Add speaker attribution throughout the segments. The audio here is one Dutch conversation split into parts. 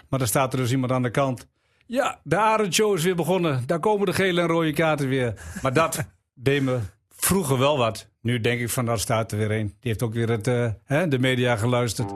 Speaker 1: Maar dan staat er dus iemand aan de kant. Ja, de Arendshow is weer begonnen. Daar komen de gele en rode kaarten weer. Maar dat deed me vroeger wel wat. Nu denk ik van, daar staat er weer een. Die heeft ook weer de media geluisterd.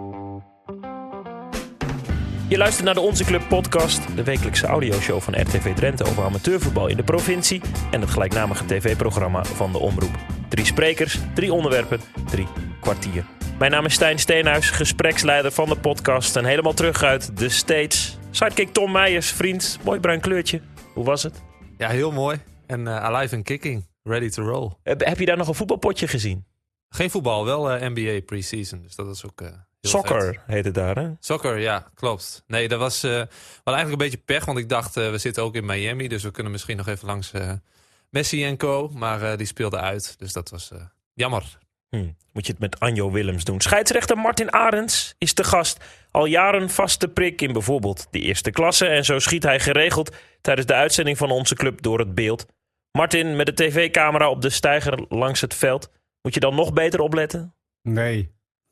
Speaker 2: Je luistert naar de Onze Club podcast, de wekelijkse audioshow van RTV Drenthe over amateurvoetbal in de provincie en het gelijknamige tv-programma van de Omroep. 3 sprekers, 3 onderwerpen, 3 kwartier. Mijn naam is Stijn Steenhuis, gespreksleider van de podcast en helemaal terug uit de States. Sidekick Tom Meijers, vriend, mooi bruin kleurtje. Hoe was het?
Speaker 3: Ja, heel mooi. En alive and kicking, ready to roll.
Speaker 2: Heb je daar nog een voetbalpotje gezien?
Speaker 3: Geen voetbal, wel NBA pre-season, dus dat is ook heel
Speaker 2: Soccer
Speaker 3: vet.
Speaker 2: heet het daar, hè?
Speaker 3: Soccer, ja, klopt. Nee, dat was wel eigenlijk een beetje pech, want ik dacht, we zitten ook in Miami, dus we kunnen misschien nog even langs Messi en co. Maar die speelde uit, dus dat was jammer.
Speaker 2: Moet je het met Anjo Willems doen. Scheidsrechter Martin Arends is te gast. Al jaren vaste prik in bijvoorbeeld de eerste klasse. En zo schiet hij geregeld tijdens de uitzending van onze club door het beeld. Martin, met de tv-camera op de steiger langs het veld. Moet je dan nog beter opletten?
Speaker 1: Nee.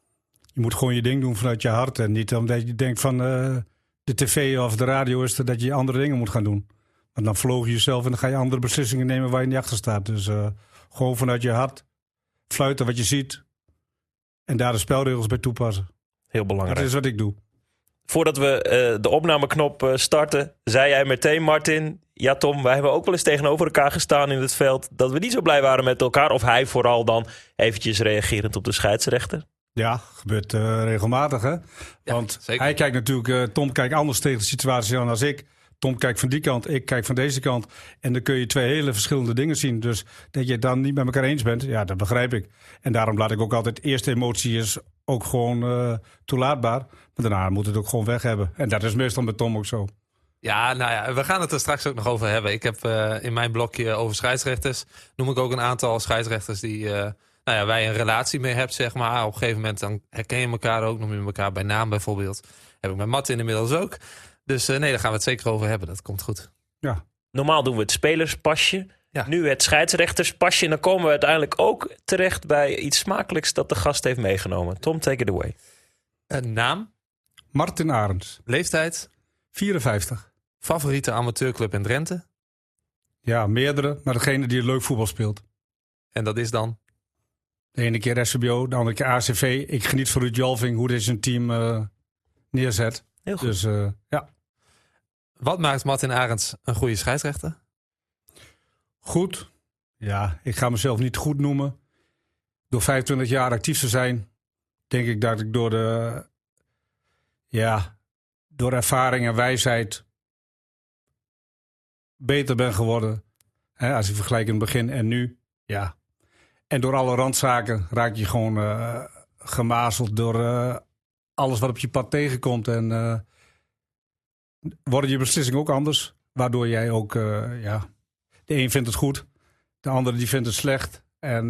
Speaker 1: Je moet gewoon je ding doen vanuit je hart. En niet omdat je denkt van de tv of de radio is dat je andere dingen moet gaan doen. Want dan verloog je jezelf en dan ga je andere beslissingen nemen waar je niet achter staat. Dus gewoon vanuit je hart fluiten wat je ziet. En daar de spelregels bij toepassen.
Speaker 2: Heel belangrijk.
Speaker 1: Dat is wat ik doe.
Speaker 2: Voordat we de opnameknop starten, zei jij meteen, Martin... Ja, Tom, wij hebben ook wel eens tegenover elkaar gestaan in het veld... dat we niet zo blij waren met elkaar. Of hij vooral dan eventjes reagerend op de scheidsrechter.
Speaker 1: Ja, gebeurt regelmatig, hè?
Speaker 3: Ja,
Speaker 1: Want
Speaker 3: zeker.
Speaker 1: hij kijkt natuurlijk... Tom kijkt anders tegen de situatie aan als ik. Tom kijkt van die kant, ik kijk van deze kant. En dan kun je 2 hele verschillende dingen zien. Dus dat je het dan niet met elkaar eens bent, ja, dat begrijp ik. En daarom laat ik ook altijd... Eerste emotie is ook gewoon toelaatbaar. Maar daarna moet het ook gewoon weg hebben. En dat is meestal met Tom ook zo.
Speaker 3: Ja, nou ja, we gaan het er straks ook nog over hebben. Ik heb in mijn blokje over scheidsrechters... noem ik ook een aantal scheidsrechters die wij een relatie mee hebben, zeg maar. Op een gegeven moment dan herken je elkaar ook, noem je elkaar bij naam bijvoorbeeld. Heb ik met Martin inmiddels ook. Dus nee, daar gaan we het zeker over hebben. Dat komt goed.
Speaker 1: Ja.
Speaker 2: Normaal doen we het spelerspasje.
Speaker 3: Ja.
Speaker 2: Nu het scheidsrechterspasje. En dan komen we uiteindelijk ook terecht bij iets smakelijks dat de gast heeft meegenomen. Tom, take it away.
Speaker 3: Naam,
Speaker 1: Martin Arends,
Speaker 3: leeftijd,
Speaker 1: 54.
Speaker 3: favoriete amateurclub in Drenthe.
Speaker 1: Ja, meerdere, maar degene die leuk voetbal speelt.
Speaker 3: En dat is dan?
Speaker 1: De ene keer SCBO, de andere keer ACV. Ik geniet van Ruud Jalving, hoe hij zijn team neerzet.
Speaker 2: Heel goed.
Speaker 1: Dus ja,
Speaker 3: Wat maakt Martin Arends een goede scheidsrechter?
Speaker 1: goed. Ja, ik ga mezelf niet goed noemen. Door 25 jaar actief te zijn, denk ik dat ik door ervaring en wijsheid beter ben geworden. Hè, als ik vergelijk in het begin en nu, ja. En door alle randzaken raak je gewoon gemazeld door alles wat op je pad tegenkomt. En worden je beslissingen ook anders. Waardoor jij ook, de een vindt het goed, de andere die vindt het slecht. En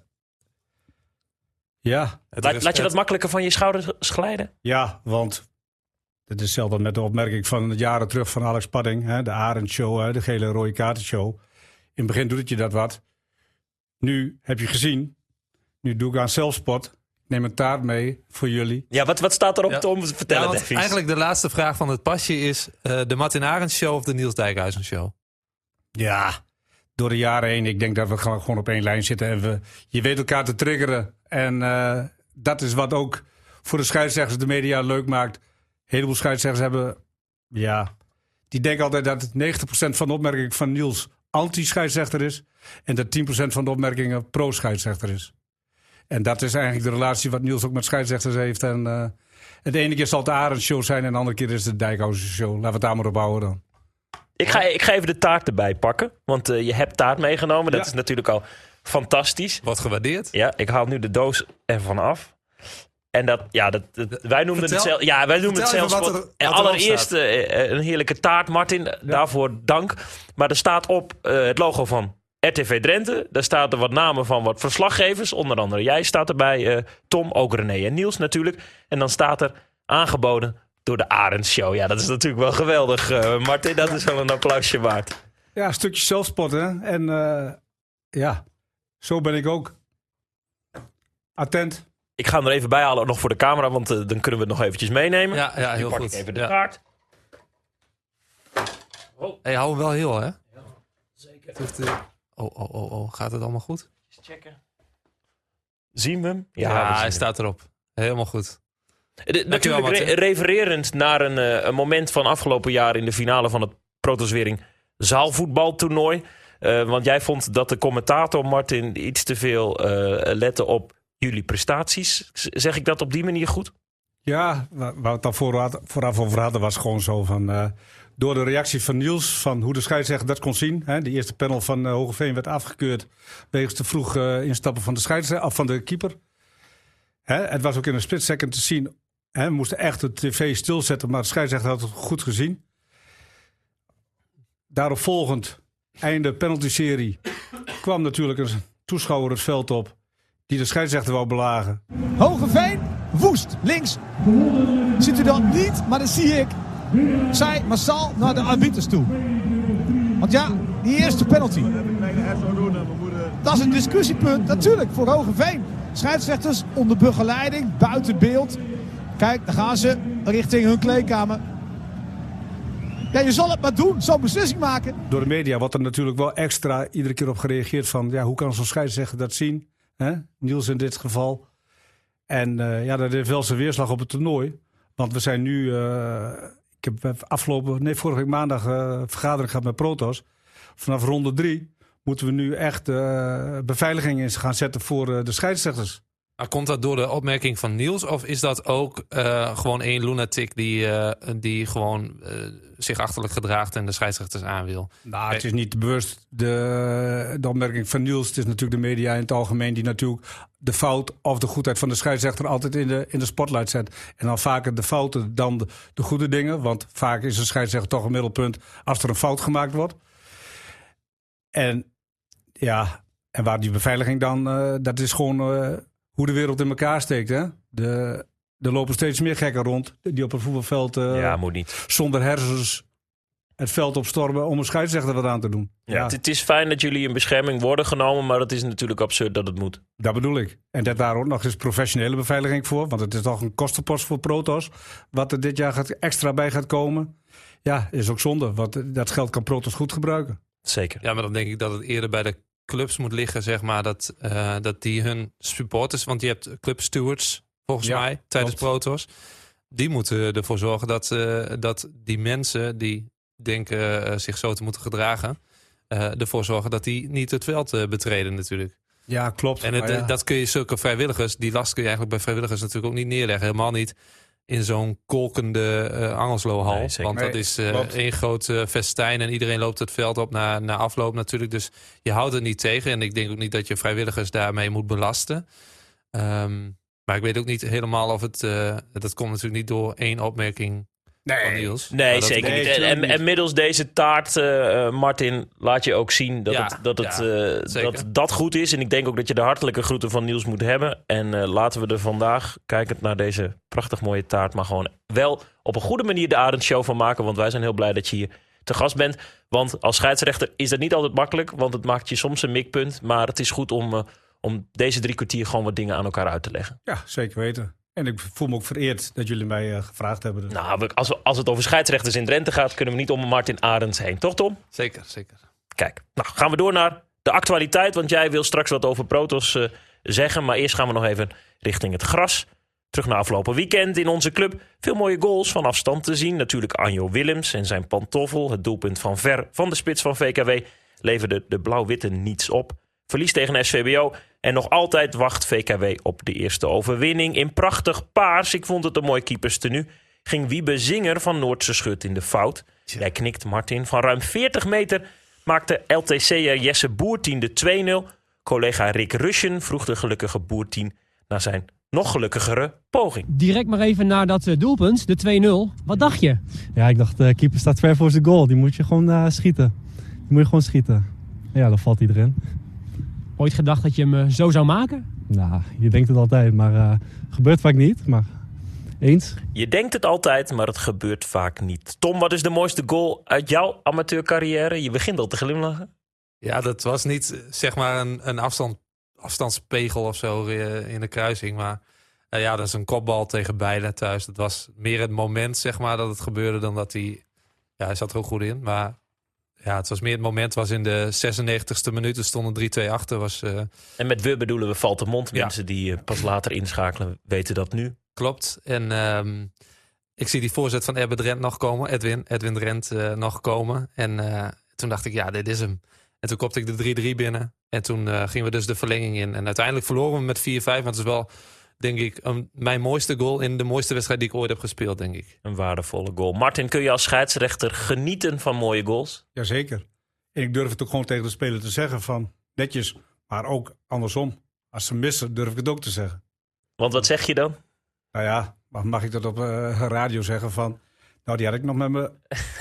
Speaker 2: Laat je dat makkelijker van je schouders glijden?
Speaker 1: ja, want het is hetzelfde met de opmerking van het jaren terug van Alex Padding. Hè, de Arendshow, de gele en rode kaartenshow. In het begin doet het je dat wat. Nu heb je gezien. Nu doe ik aan zelfspot. Ik neem een taart mee voor jullie.
Speaker 2: Ja, wat staat erop,
Speaker 3: Ja.
Speaker 2: Tom? Vertel
Speaker 3: Ja,
Speaker 2: het
Speaker 3: want
Speaker 2: even.
Speaker 3: eigenlijk de laatste vraag van het pasje is... de Martin Arends show of de Niels Dijkhuizen show?
Speaker 1: Ja, door de jaren heen. Ik denk dat we gewoon op één lijn zitten. En je weet elkaar te triggeren. En dat is wat ook voor de scheidsrechters de media leuk maakt. Een heleboel scheidsrechters hebben... Ja, die denken altijd dat 90% van de opmerkingen van Niels anti-scheidsrechter is. En dat 10% van de opmerkingen pro-scheidsrechter is. En dat is eigenlijk de relatie wat Niels ook met scheidsrechters heeft. En het ene keer zal het de Arends show zijn en de andere keer is het de Dijkhuizen show. Laten we het daar maar op houden dan.
Speaker 2: Ik ga even de taart erbij pakken. Want je hebt taart meegenomen. Dat
Speaker 1: Ja.
Speaker 2: is natuurlijk al fantastisch.
Speaker 3: Wordt gewaardeerd.
Speaker 2: Ja, ik haal nu de doos ervan af. En wij noemen het zelf. Ja, wij noemen het
Speaker 3: vertel
Speaker 2: zelfs.
Speaker 3: even wat erop
Speaker 2: Allereerst een heerlijke taart, Martin. Daarvoor dank. Maar er staat op het logo van RTV Drenthe. Daar staat er wat namen van wat verslaggevers. Onder andere jij staat erbij. Tom, ook René en Niels natuurlijk. En dan staat er aangeboden door de Arends Show. Ja, dat is natuurlijk wel geweldig, Martin. Dat is wel een applausje waard.
Speaker 1: Ja, een stukje zelfspot, hè. En zo ben ik ook. Attent.
Speaker 2: Ik ga hem er even bij halen, nog voor de camera, want dan kunnen we het nog eventjes meenemen.
Speaker 3: Ja, heel
Speaker 2: pak
Speaker 3: goed.
Speaker 2: ik even de
Speaker 3: Ja.
Speaker 2: taart.
Speaker 3: Hey, hou hem wel heel, hè?
Speaker 2: Ja, zeker.
Speaker 3: Gaat het allemaal goed?
Speaker 2: Eens checken. Zien we hem?
Speaker 3: Ja, hij staat erop. Helemaal goed.
Speaker 2: Natuurlijk refererend naar een moment van afgelopen jaar in de finale van het Protoswering zaalvoetbaltoernooi. Want jij vond dat de commentator Martin iets te veel lette op jullie prestaties. Zeg ik dat op die manier goed?
Speaker 1: Ja, waar we het dan vooraf over hadden was gewoon zo van... door de reactie van Niels, van hoe de scheidsrechter dat kon zien. Hè, de eerste panel van Hoogeveen werd afgekeurd wegens te vroeg instappen van de scheidsrechter, of van de keeper. Hè, het was ook in een split second te zien. Hè, we moesten echt de tv stilzetten, maar de scheidsrechter had het goed gezien. Daarop volgend, einde penalty-serie, kwam natuurlijk een toeschouwer het veld op die de scheidsrechter wou belagen.
Speaker 4: Hoogeveen, Woest, links. Ziet u dat niet, maar dat zie ik. Zij massaal naar de arbiters toe. Want ja, die eerste penalty. Dat is een discussiepunt, natuurlijk, voor Hoogeveen. Scheidsrechters onder begeleiding, buiten beeld. Kijk, daar gaan ze richting hun kleedkamer. Ja, je zal het maar doen, zo'n beslissing maken.
Speaker 1: Door de media wordt er natuurlijk wel extra iedere keer op gereageerd van... ja, hoe kan zo'n scheidsrechter dat zien? Hè? Niels in dit geval. En dat heeft wel zijn weerslag op het toernooi. Want we zijn nu... ik heb vorige week maandag vergadering gehad met Protos. Vanaf ronde 3 moeten we nu echt beveiliging in gaan zetten voor de scheidsrechters.
Speaker 3: Maar komt dat door de opmerking van Niels? Of is dat ook gewoon één lunatic die gewoon zich achterlijk gedraagt en de scheidsrechters aan wil?
Speaker 1: Nou, het is niet bewust de opmerking van Niels. Het is natuurlijk de media in het algemeen die natuurlijk de fout of de goedheid van de scheidsrechter altijd in de spotlight zet. En dan vaker de fouten dan de goede dingen. Want vaak is een scheidsrechter toch een middelpunt als er een fout gemaakt wordt. En ja, en waar die beveiliging dan, dat is gewoon hoe de wereld in elkaar steekt. Hè? Er lopen steeds meer gekken rond die op het voetbalveld
Speaker 2: moet niet.
Speaker 1: Zonder hersens het veld opstormen om een scheidsrechter wat aan te doen.
Speaker 2: Ja. Het is fijn dat jullie in bescherming worden genomen, maar het is natuurlijk absurd dat het moet.
Speaker 1: Dat bedoel ik. En dat daar ook nog eens professionele beveiliging voor. Want het is toch een kostenpost voor Protos. Wat er dit jaar extra bij gaat komen. Ja, is ook zonde. Want dat geld kan Protos goed gebruiken.
Speaker 2: Zeker.
Speaker 3: Ja, maar dan denk ik dat het eerder bij de clubs moet liggen, zeg maar. Dat die hun supporters, want je hebt clubstewards volgens mij tijdens Protos. Die moeten ervoor zorgen dat die mensen die denken zich zo te moeten gedragen, ervoor zorgen dat die niet het veld betreden natuurlijk.
Speaker 1: Ja, klopt.
Speaker 3: En dat kun je zulke vrijwilligers, die last kun je eigenlijk bij vrijwilligers natuurlijk ook niet neerleggen. Helemaal niet in zo'n kolkende Angelslo-hal.
Speaker 2: Nee,
Speaker 3: want dat is één groot festijn en iedereen loopt het veld op na afloop natuurlijk. Dus je houdt het niet tegen. En ik denk ook niet dat je vrijwilligers daarmee moet belasten. Maar ik weet ook niet helemaal of het... dat komt natuurlijk niet door één opmerking van Niels.
Speaker 2: Nee, zeker niet. En middels deze taart, Martin, laat je ook zien dat goed is. En ik denk ook dat je de hartelijke groeten van Niels moet hebben. En laten we er vandaag, kijkend naar deze prachtig mooie taart, maar gewoon wel op een goede manier de Arendshow van maken. Want wij zijn heel blij dat je hier te gast bent. Want als scheidsrechter is dat niet altijd makkelijk. Want het maakt je soms een mikpunt. Maar het is goed om deze 3 kwartier gewoon wat dingen aan elkaar uit te leggen.
Speaker 1: Ja, zeker weten. En ik voel me ook vereerd dat jullie mij gevraagd hebben. Dus.
Speaker 2: Nou, als het over scheidsrechters in Drenthe gaat, kunnen we niet om Martin Arends heen. Toch, Tom?
Speaker 3: Zeker, zeker.
Speaker 2: Kijk, nou gaan we door naar de actualiteit. Want jij wil straks wat over Protos zeggen. Maar eerst gaan we nog even richting het gras. Terug naar afgelopen weekend in onze club. Veel mooie goals van afstand te zien. Natuurlijk Anjo Willems en zijn pantoffel. Het doelpunt van ver van de spits van VKW leverde de blauw-witte niets op. Verlies tegen SVBO. En nog altijd wacht VKW op de eerste overwinning. In prachtig paars, ik vond het een mooi keeperstenu, ging Wiebe Zinger van Noordse Schut in de fout. Jij knikt, Martin. Van ruim 40 meter maakte LTC'er Jesse Boertien de 2-0. Collega Rick Rushen vroeg de gelukkige Boertien naar zijn nog gelukkigere poging.
Speaker 5: Direct maar even naar dat doelpunt, de 2-0. Wat dacht je?
Speaker 6: Ja, ik dacht, de keeper staat ver voor zijn goal. Die moet je gewoon schieten. Die moet je gewoon schieten. Ja, dan valt hij erin.
Speaker 5: Ooit gedacht dat je hem zo zou maken?
Speaker 6: Nou, je denkt het altijd, maar gebeurt vaak niet. Maar eens.
Speaker 2: Je denkt het altijd, maar het gebeurt vaak niet. Tom, wat is de mooiste goal uit jouw amateurcarrière? Je begint al te glimlachen.
Speaker 3: Ja, dat was niet zeg maar een afstandspegel of zo in de kruising. Maar dat is een kopbal tegen Bijlen thuis. Dat was meer het moment zeg maar dat het gebeurde dan dat hij... Ja, hij zat er ook goed in, maar Ja, het was meer het moment. Was in de 96e minuut. Er stonden 3-2 achter.
Speaker 2: En met we bedoelen we Valtemont.
Speaker 3: Ja.
Speaker 2: Mensen die pas later inschakelen weten dat nu.
Speaker 3: Klopt. En ik zie die voorzet van Edwin Drent nog komen. Edwin Drent nog komen. En toen dacht ik, ja, dit is hem. En toen kopte ik de 3-3 binnen. En toen gingen we dus de verlenging in. En uiteindelijk verloren we met 4-5. Maar het is wel, denk ik, mijn mooiste goal in de mooiste wedstrijd die ik ooit heb gespeeld, denk ik.
Speaker 2: Een waardevolle goal. Martin, kun je als scheidsrechter genieten van mooie goals?
Speaker 1: Jazeker. En ik durf het ook gewoon tegen de speler te zeggen van netjes, maar ook andersom. Als ze missen, durf ik het ook te zeggen.
Speaker 2: Want wat zeg je dan?
Speaker 1: Nou ja, mag ik dat op radio zeggen van... Nou, die had ik nog met mijn...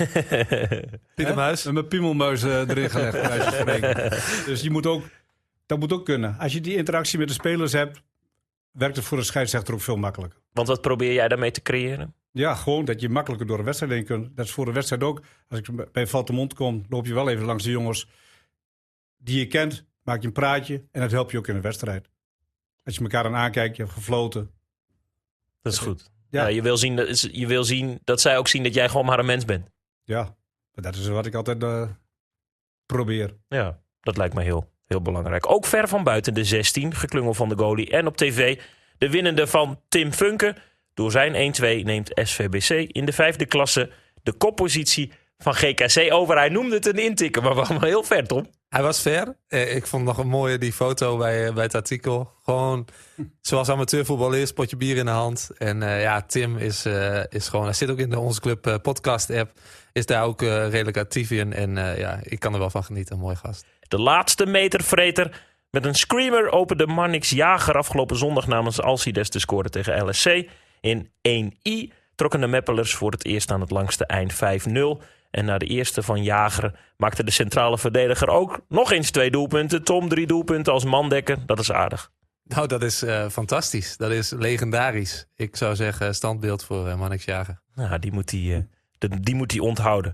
Speaker 3: Pietermuis?
Speaker 1: Met mijn piemelmuis erin gelegd. bij wijze van spreken. Dus dat moet ook kunnen. Als je die interactie met de spelers hebt, werkt het voor een scheidsrechter ook veel makkelijker.
Speaker 2: Want wat probeer jij daarmee te creëren?
Speaker 1: Ja, gewoon dat je makkelijker door een wedstrijd heen kunt. Dat is voor een wedstrijd ook. Als ik bij Valtemont kom, loop je wel even langs de jongens die je kent. Maak je een praatje en dat helpt je ook in een wedstrijd. Als je elkaar dan aankijkt, je hebt gefloten.
Speaker 2: Dat is goed.
Speaker 1: Ja.
Speaker 2: Ja, je wil zien dat zij ook zien dat jij gewoon maar een mens bent.
Speaker 1: Ja, maar dat is wat ik altijd probeer.
Speaker 2: Ja, dat lijkt me heel, heel belangrijk. Ook ver van buiten de 16, geklungel van de goalie. En op tv de winnende van Tim Funke. Door zijn 1-2 neemt SVBC in de 5e klasse de koppositie van GKC over. Hij noemde het een intikken, maar we waren heel ver, Tom.
Speaker 3: Hij was ver. Ik vond nog een mooie die foto bij het artikel. Gewoon zoals amateurvoetbal is, potje bier in de hand. En Tim is gewoon... Hij zit ook in de Onze Club podcast app. Is daar ook redelijk actief in. En ik kan er wel van genieten. Een mooi gast.
Speaker 2: De laatste metervreter met een screamer opende Marnix Jager afgelopen zondag namens Alcides de score tegen LSC. In 1i trokken de Meppelers voor het eerst aan het langste eind 5-0. En na de eerste van Jager maakte de centrale verdediger ook nog eens 2 doelpunten. Tom 3 doelpunten als mandekker, dat is aardig.
Speaker 3: Nou, dat is fantastisch. Dat is legendarisch. Ik zou zeggen standbeeld voor Marnix Jager.
Speaker 2: Nou, die moet hij onthouden.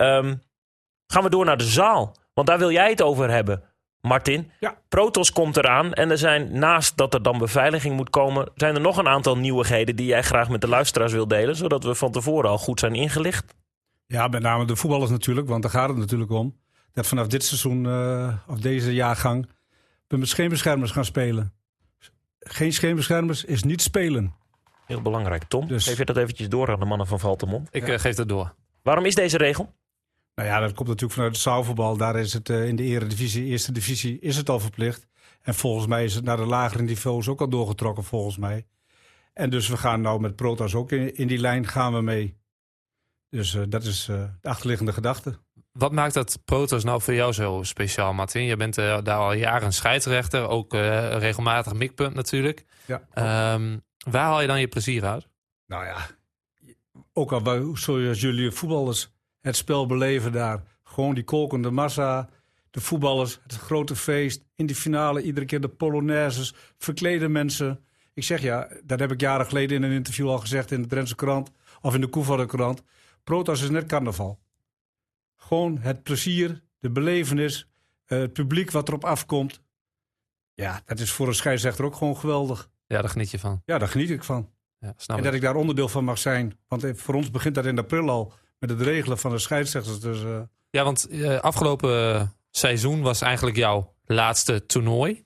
Speaker 2: Gaan we door naar de zaal. Want daar wil jij het over hebben, Martin.
Speaker 1: Ja.
Speaker 2: Protos komt eraan. En er zijn, naast dat er dan beveiliging moet komen, zijn er nog een aantal nieuwigheden die jij graag met de luisteraars wil delen. Zodat we van tevoren al goed zijn ingelicht.
Speaker 1: Ja, met name de voetballers natuurlijk, want daar gaat het natuurlijk om. Dat vanaf dit seizoen, of deze jaargang, we met scheenbeschermers gaan spelen. Geen scheenbeschermers is niet spelen.
Speaker 2: Heel belangrijk. Tom,
Speaker 1: Dus-
Speaker 2: geef je dat eventjes door aan de mannen van Valtemont.
Speaker 3: Ik geef het door.
Speaker 2: Waarom is deze regel?
Speaker 1: Nou ja, dat komt natuurlijk vanuit het zaalvoetbal. Daar is het in de eredivisie, eerste divisie, is het al verplicht. En volgens mij is het naar de lagere niveaus ook al doorgetrokken, volgens mij. En dus we gaan nou met Protas ook in die lijn gaan we mee. Dus dat is de achterliggende gedachte.
Speaker 3: Wat maakt dat Protos nou voor jou zo speciaal, Martin? Je bent daar al jaren scheidsrechter. Ook regelmatig mikpunt natuurlijk.
Speaker 1: Ja.
Speaker 3: Waar haal je dan je plezier uit?
Speaker 1: Nou ja, ook al zoals jullie voetballers het spel beleven daar. Gewoon die kolkende massa, de voetballers, het grote feest. In die finale iedere keer de polonaises, verklede mensen. Ik zeg ja, dat heb ik jaren geleden in een interview al gezegd in de Drentse krant. Of in de Koevoorderkrant. Protas is net carnaval. Gewoon het plezier, de belevenis, het publiek wat erop afkomt. Ja, dat is voor een scheidsrechter ook gewoon geweldig.
Speaker 3: Ja, daar geniet je van.
Speaker 1: Ja, daar geniet ik van.
Speaker 3: Ja, snap
Speaker 1: En
Speaker 3: ik.
Speaker 1: dat ik daar onderdeel van mag zijn. Want voor ons begint dat in april al met het regelen van de scheidsrechters. Dus,
Speaker 3: Ja, want afgelopen seizoen was eigenlijk jouw laatste toernooi.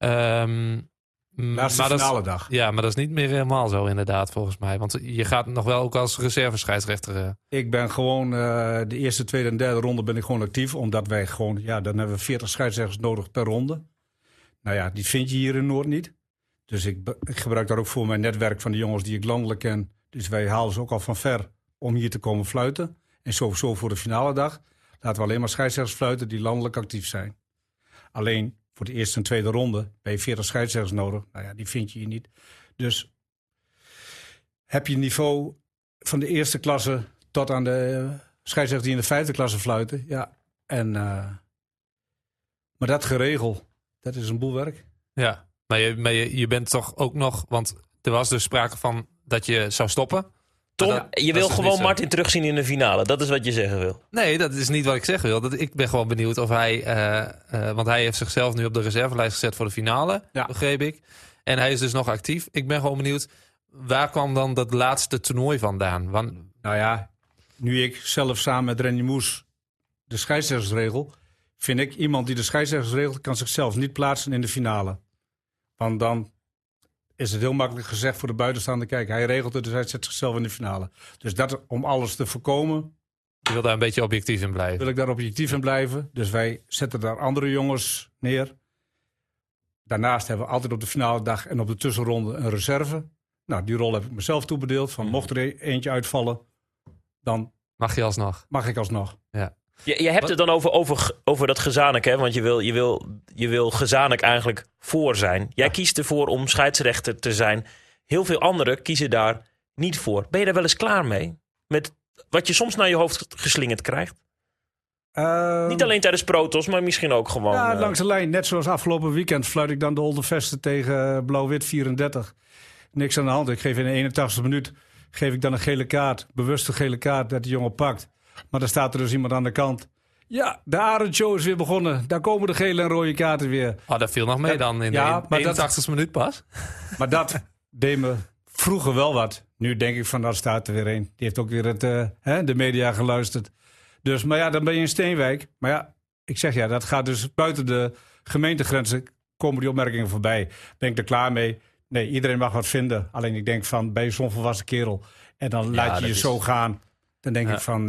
Speaker 1: laatste
Speaker 3: maar
Speaker 1: finale dag.
Speaker 3: Ja, maar dat is niet meer helemaal zo inderdaad volgens mij. Want je gaat nog wel ook als reservescheidsrechter.
Speaker 1: Ik ben gewoon de eerste, tweede en derde ronde ben ik gewoon actief. Omdat wij gewoon, ja, dan hebben we 40 scheidsrechters nodig per ronde. Nou ja, die vind je hier in Noord niet. Dus ik gebruik daar ook voor mijn netwerk van de jongens die ik landelijk ken. Dus wij halen ze ook al van ver om hier te komen fluiten. En sowieso voor de finale dag laten we alleen maar scheidsrechters fluiten die landelijk actief zijn. Alleen voor de eerste en tweede ronde ben je 40 scheidsrechters nodig. Nou ja, die vind je hier niet. Dus heb je niveau van de eerste klasse tot aan de scheidsrechters die in de vijfde klasse fluiten. Ja, en, maar dat geregeld, dat is een boel werk.
Speaker 3: Ja, maar je bent toch ook nog... Want er was dus sprake van dat je zou stoppen.
Speaker 2: Tom,
Speaker 3: Maar dat
Speaker 2: je
Speaker 3: is
Speaker 2: wil
Speaker 3: dus
Speaker 2: gewoon
Speaker 3: niet zo.
Speaker 2: Martin terugzien in de finale. Dat is wat je zeggen wil.
Speaker 3: Nee, dat is niet wat ik zeggen wil. Ik ben gewoon benieuwd of hij... want hij heeft zichzelf nu op de reservelijst gezet voor de finale,
Speaker 1: Ja.
Speaker 3: begreep ik. En hij is dus nog actief. Ik ben gewoon benieuwd, waar kwam dan dat laatste toernooi vandaan?
Speaker 1: Nou ja, nu ik zelf samen met Randy Moes de scheidsrechtersregel, vind ik, iemand die de scheidsrechtersregel kan zichzelf niet plaatsen in de finale. Want dan is het heel makkelijk gezegd voor de buitenstaander, kijk, hij regelt het, dus hij zet zichzelf in de finale. Dus dat, om alles te voorkomen,
Speaker 3: Je wil daar een beetje objectief in blijven.
Speaker 1: wil ik daar objectief in blijven. Dus wij zetten daar andere jongens neer. Daarnaast hebben we altijd op de finale dag en op de tussenronde een reserve. Nou, die rol heb ik mezelf toebedeeld. Van mocht er eentje uitvallen, dan
Speaker 3: Mag je alsnog.
Speaker 1: mag ik alsnog.
Speaker 3: Ja.
Speaker 2: Je hebt het dan over dat gezamenlijk, hè? Want je wil gezamenlijk eigenlijk voor zijn. Jij kiest ervoor om scheidsrechter te zijn. Heel veel anderen kiezen daar niet voor. Ben je daar wel eens klaar mee? Met wat je soms naar je hoofd geslingerd krijgt? Niet alleen tijdens protos, maar misschien ook gewoon...
Speaker 1: Ja, langs de lijn. Net zoals afgelopen weekend fluit ik dan de Oldervesten tegen Blauw-Wit 34. Niks aan de hand. Ik geef in de 81e minuut geef ik dan een gele kaart. Bewuste gele kaart dat die jongen pakt. Maar dan staat er dus iemand aan de kant. Ja, de Arendshow is weer begonnen. Daar komen de gele en rode kaarten weer.
Speaker 3: Oh, dat viel nog mee dan in de 81e minuut pas.
Speaker 1: Maar dat deed me vroeger wel wat. Nu denk ik van, daar staat er weer een. Die heeft ook weer de media geluisterd. Dus, maar ja, dan ben je in Steenwijk. Maar ja, ik zeg ja, dat gaat dus buiten de gemeentegrenzen. Komen die opmerkingen voorbij. Ben ik er klaar mee? Nee, iedereen mag wat vinden. Alleen ik denk van, ben je zo'n volwassen kerel en dan laat je zo gaan. Dan denk ik van...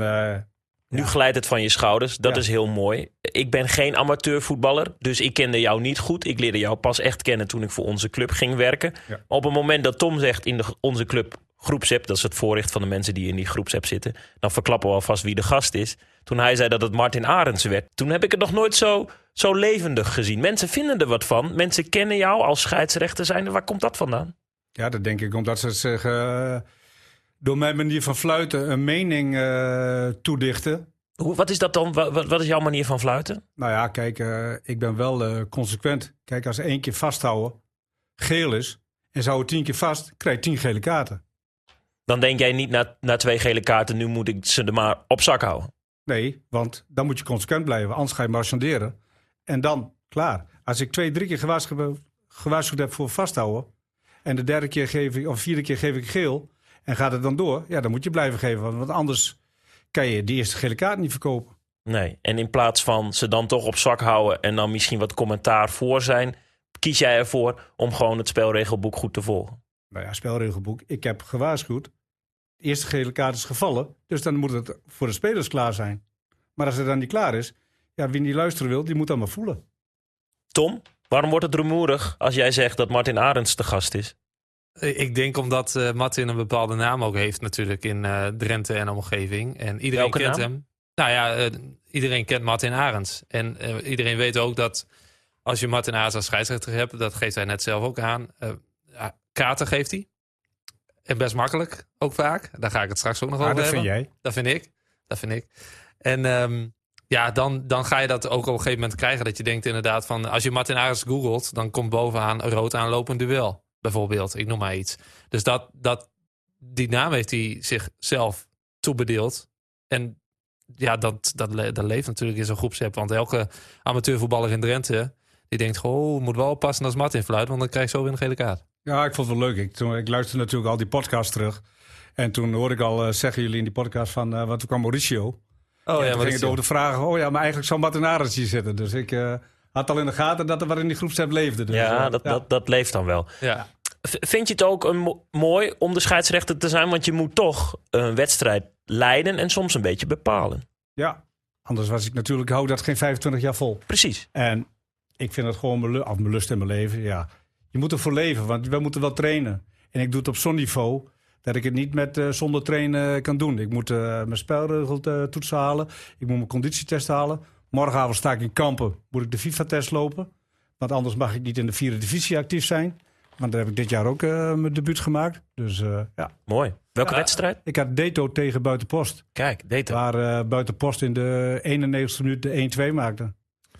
Speaker 2: Nu glijdt het van je schouders. Dat is heel mooi. Ik ben geen amateurvoetballer, dus ik kende jou niet goed. Ik leerde jou pas echt kennen toen ik voor onze club ging werken. Ja. Op het moment dat Tom zegt in onze club groepsapp, dat is het voorrecht van de mensen die in die groepsapp zitten, dan verklappen we alvast wie de gast is. Toen hij zei dat het Martin Arends werd, toen heb ik het nog nooit zo levendig gezien. Mensen vinden er wat van. Mensen kennen jou als scheidsrechter zijnde. Waar komt dat vandaan?
Speaker 1: Ja, dat denk ik omdat ze zeggen... door mijn manier van fluiten een mening toedichten.
Speaker 2: Wat is dat dan? Wat is jouw manier van fluiten?
Speaker 1: Nou ja, kijk, ik ben wel consequent. Kijk, als 1 keer vasthouden geel is en zou het 10 keer vast, krijg je 10 gele kaarten.
Speaker 2: Dan denk jij niet na 2 gele kaarten, nu moet ik ze er maar op zak houden.
Speaker 1: Nee, want dan moet je consequent blijven. Anders ga je marchanderen. En dan, klaar. Als ik 2-3 keer gewaarschuwd heb voor vasthouden en de 3e keer of 4e keer geef ik geel... En gaat het dan door? Ja, dan moet je blijven geven. Want anders kan je die eerste gele kaart niet verkopen.
Speaker 2: Nee, en in plaats van ze dan toch op zak houden en dan misschien wat commentaar voor zijn, kies jij ervoor om gewoon het spelregelboek goed te volgen?
Speaker 1: Nou ja, spelregelboek. Ik heb gewaarschuwd. De eerste gele kaart is gevallen. Dus dan moet het voor de spelers klaar zijn. Maar als het dan niet klaar is, ja, wie niet luisteren wil, die moet dan maar voelen.
Speaker 2: Tom, waarom wordt het rumoerig als jij zegt dat Martin Arends de gast is?
Speaker 3: Ik denk omdat Martin een bepaalde naam ook heeft natuurlijk in Drenthe en omgeving. En iedereen
Speaker 2: Welke
Speaker 3: kent
Speaker 2: naam?
Speaker 3: hem. Nou ja, iedereen kent Martin Arends. En iedereen weet ook dat als je Martin Arends als scheidsrechter hebt, dat geeft hij net zelf ook aan. Kaarten geeft hij. En best makkelijk, ook vaak. Daar ga ik het straks ook nog over
Speaker 1: dat
Speaker 3: hebben.
Speaker 1: vind jij.
Speaker 3: Dat vind ik. En dan ga je dat ook op een gegeven moment krijgen. Dat je denkt inderdaad van, als je Martin Arends googelt, dan komt bovenaan een rood aanlopend duel. Bijvoorbeeld, ik noem maar iets. Dus die naam heeft hij zichzelf toebedeeld. En ja, dat leeft natuurlijk in zo'n groepsapp. Want elke amateurvoetballer in Drenthe, die denkt gewoon, moet wel oppassen als Martin fluit, want dan krijg je zo weer een gele kaart.
Speaker 1: Ja, ik vond het wel leuk. Ik luisterde natuurlijk al die podcast terug. En toen hoorde ik al zeggen jullie in die podcast van, wat kwam Mauricio. Toen ging het over de vragen, maar eigenlijk zou Martin Arends hier zitten. Dus ik... had al in de gaten dat er wat in die groepsapp leefde. Dus,
Speaker 2: ja, dat leeft dan wel.
Speaker 3: Ja.
Speaker 2: Vind je het ook mooi om de scheidsrechter te zijn? Want je moet toch een wedstrijd leiden en soms een beetje bepalen.
Speaker 1: Ja, anders was ik natuurlijk, hou dat geen 25 jaar vol.
Speaker 2: Precies.
Speaker 1: En ik vind het gewoon mijn lust in mijn leven. Ja. Je moet ervoor leven, want we moeten wel trainen. En ik doe het op zo'n niveau dat ik het niet zonder trainen kan doen. Ik moet mijn spelregeltoetsen halen. Ik moet mijn conditietest halen. Morgenavond sta ik in Kampen, moet ik de FIFA-test lopen. Want anders mag ik niet in de 4e divisie actief zijn. Want daar heb ik dit jaar ook mijn debuut gemaakt. Dus ja.
Speaker 2: Mooi. Welke wedstrijd?
Speaker 1: Ik had Deto tegen Buitenpost.
Speaker 2: Kijk, Deto.
Speaker 1: Waar Buitenpost in de 91e minuut de 1-2 maakte.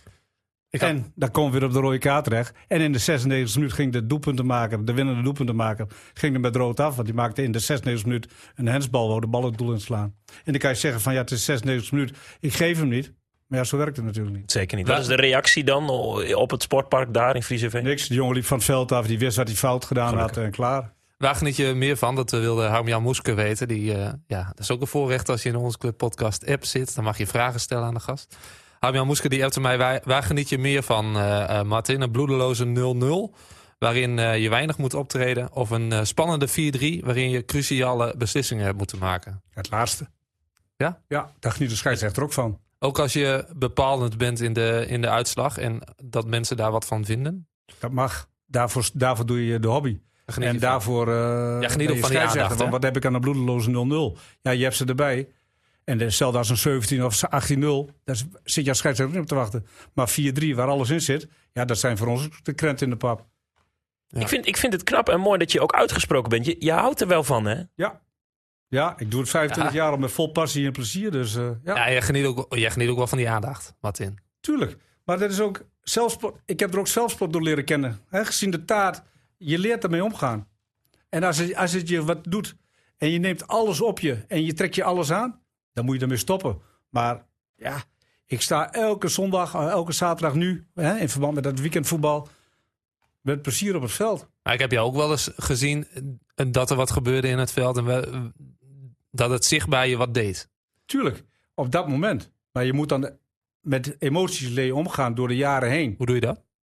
Speaker 1: En daar komen we weer op de rode kaart terecht. En in de 96e minuut ging de winnende doelpuntenmaker, ging er met rood af. Want die maakte in de 96e minuut een hensbal, wou de bal het doel inslaan. En dan kan je zeggen van, ja, het is 96e minuut. Ik geef hem niet. Maar ja, zo werkt het natuurlijk niet.
Speaker 2: Zeker niet. Wat is de reactie dan op het sportpark daar in Frieseveen?
Speaker 1: Niks. De jongen liep van het veld af. Die wist wat hij fout gedaan had en klaar.
Speaker 3: Waar geniet je meer van? Dat wilde Harm-Jan Moeske weten. Dat is ook een voorrecht als je in onze Club Podcast app zit. Dan mag je vragen stellen aan de gast. Harm-Jan Moeske die appte mij, waar geniet je meer van, Martin? Een bloedeloze 0-0, waarin je weinig moet optreden. Of een spannende 4-3, waarin je cruciale beslissingen hebt moeten maken.
Speaker 1: Het laatste.
Speaker 3: Ja?
Speaker 1: Ja, daar geniet de scheidsrechter ook van.
Speaker 3: Ook als je bepalend bent in de uitslag en dat mensen daar wat van vinden?
Speaker 1: Dat mag. Daarvoor doe je de hobby. En daarvoor
Speaker 3: geniet ook van die aandacht.
Speaker 1: Want wat heb ik aan een bloedeloze 0-0? Ja, je hebt ze erbij. En stel dat is een 17 of 18-0. Daar zit je als scheidsrechter niet op te wachten. Maar 4-3, waar alles in zit. Ja, dat zijn voor ons de krenten in de pap.
Speaker 2: Ja. Ik vind het knap en mooi dat je ook uitgesproken bent. Je houdt er wel van, hè?
Speaker 1: Ja, ik doe het 25 jaar al met vol passie en plezier. Dus
Speaker 3: ja, jij geniet ook wel van die aandacht, Martin.
Speaker 1: Tuurlijk. Maar dat is ook ik heb er ook zelfsport door leren kennen. Hè? Gezien de taart, je leert ermee omgaan. En als het je wat doet en je neemt alles op je en je trekt je alles aan, dan moet je ermee stoppen. Maar ja, ik sta elke zondag, elke zaterdag nu, in verband met dat weekendvoetbal, met plezier op het veld.
Speaker 3: Maar ik heb jou ook wel eens gezien dat er wat gebeurde in het veld en dat het zichtbaar je wat deed.
Speaker 1: Tuurlijk, op dat moment. Maar je moet dan met emoties leren omgaan door de jaren heen.
Speaker 3: Hoe doe je dat?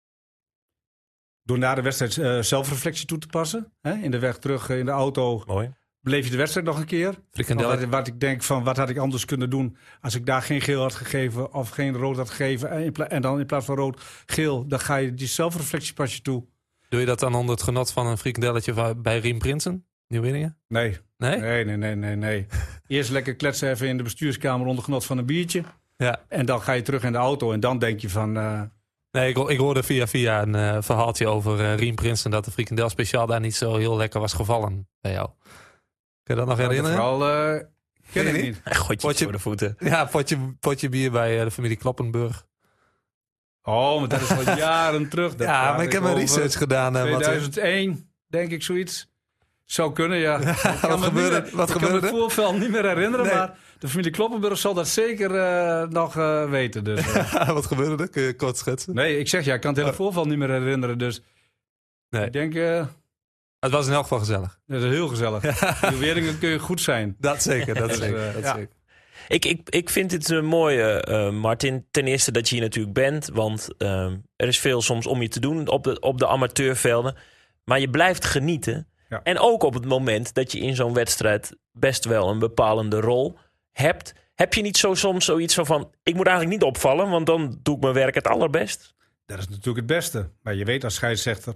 Speaker 1: Door na de wedstrijd zelfreflectie toe te passen. In de weg terug in de auto.
Speaker 2: Mooi.
Speaker 1: Beleef je de wedstrijd nog een keer. Wat ik denk van, wat had ik anders kunnen doen als ik daar geen geel had gegeven of geen rood had gegeven. En dan in plaats van rood, geel, dan ga je die zelfreflectie pas je toe.
Speaker 3: Doe je dat dan onder het genot van een frikandelletje bij Riem Prinsen? Nieuw-Winningen?
Speaker 1: Nee.
Speaker 3: Nee?
Speaker 1: Nee. Eerst lekker kletsen even in de bestuurskamer onder genot van een biertje.
Speaker 3: Ja.
Speaker 1: En dan ga je terug in de auto en dan denk je van...
Speaker 3: Nee, ik hoorde via een verhaaltje over Riem Prinsen dat de frikandel speciaal daar niet zo heel lekker was gevallen bij jou. Kun je dat nog herinneren?
Speaker 1: Vooral ken ik niet.
Speaker 2: Godje voor de voeten.
Speaker 3: Ja, potje bier bij de familie Kloppenburg.
Speaker 1: Oh, maar dat is al jaren terug.
Speaker 3: Ja, maar ik heb mijn research gedaan.
Speaker 1: 2001, denk ik zoiets. Zou kunnen, ja.
Speaker 3: Wat gebeurde er?
Speaker 1: Ik kan me het voorval niet meer herinneren, maar de familie Kloppenburg zal dat zeker nog weten. Dus,
Speaker 3: Wat gebeurde er? Kun je kort schetsen?
Speaker 1: Nee, ik zeg ja, ik kan het hele voorval niet meer herinneren. Dus ik denk...
Speaker 3: het was in elk geval gezellig.
Speaker 1: Dat is heel gezellig. De Weringen kun je goed zijn.
Speaker 3: Dat zeker, zeker.
Speaker 2: Ik vind het mooi, Martin. Ten eerste dat je hier natuurlijk bent. Want er is veel soms om je te doen op de amateurvelden. Maar je blijft genieten. Ja. En ook op het moment dat je in zo'n wedstrijd best wel een bepalende rol hebt. Heb je niet soms zoiets van, ik moet eigenlijk niet opvallen, want dan doe ik mijn werk het allerbest?
Speaker 1: Dat is natuurlijk het beste. Maar je weet als scheidsrechter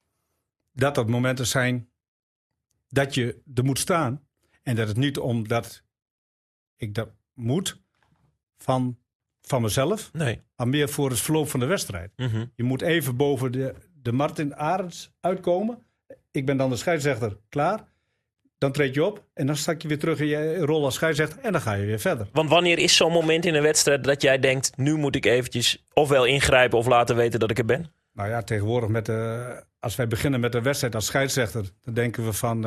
Speaker 1: dat momenten zijn dat je er moet staan. En dat het niet omdat ik dat moet van mezelf,
Speaker 2: nee,
Speaker 1: maar meer voor het verloop van de wedstrijd.
Speaker 2: Mm-hmm.
Speaker 1: Je moet even boven de Martin Arends uitkomen. Ik ben dan de scheidsrechter, klaar. Dan treed je op en dan stak je weer terug in je rol als scheidsrechter en dan ga je weer verder.
Speaker 2: Want wanneer is zo'n moment in een wedstrijd dat jij denkt, nu moet ik eventjes ofwel ingrijpen of laten weten dat ik er ben?
Speaker 1: Nou ja, tegenwoordig als wij beginnen met een wedstrijd als scheidsrechter, dan denken we van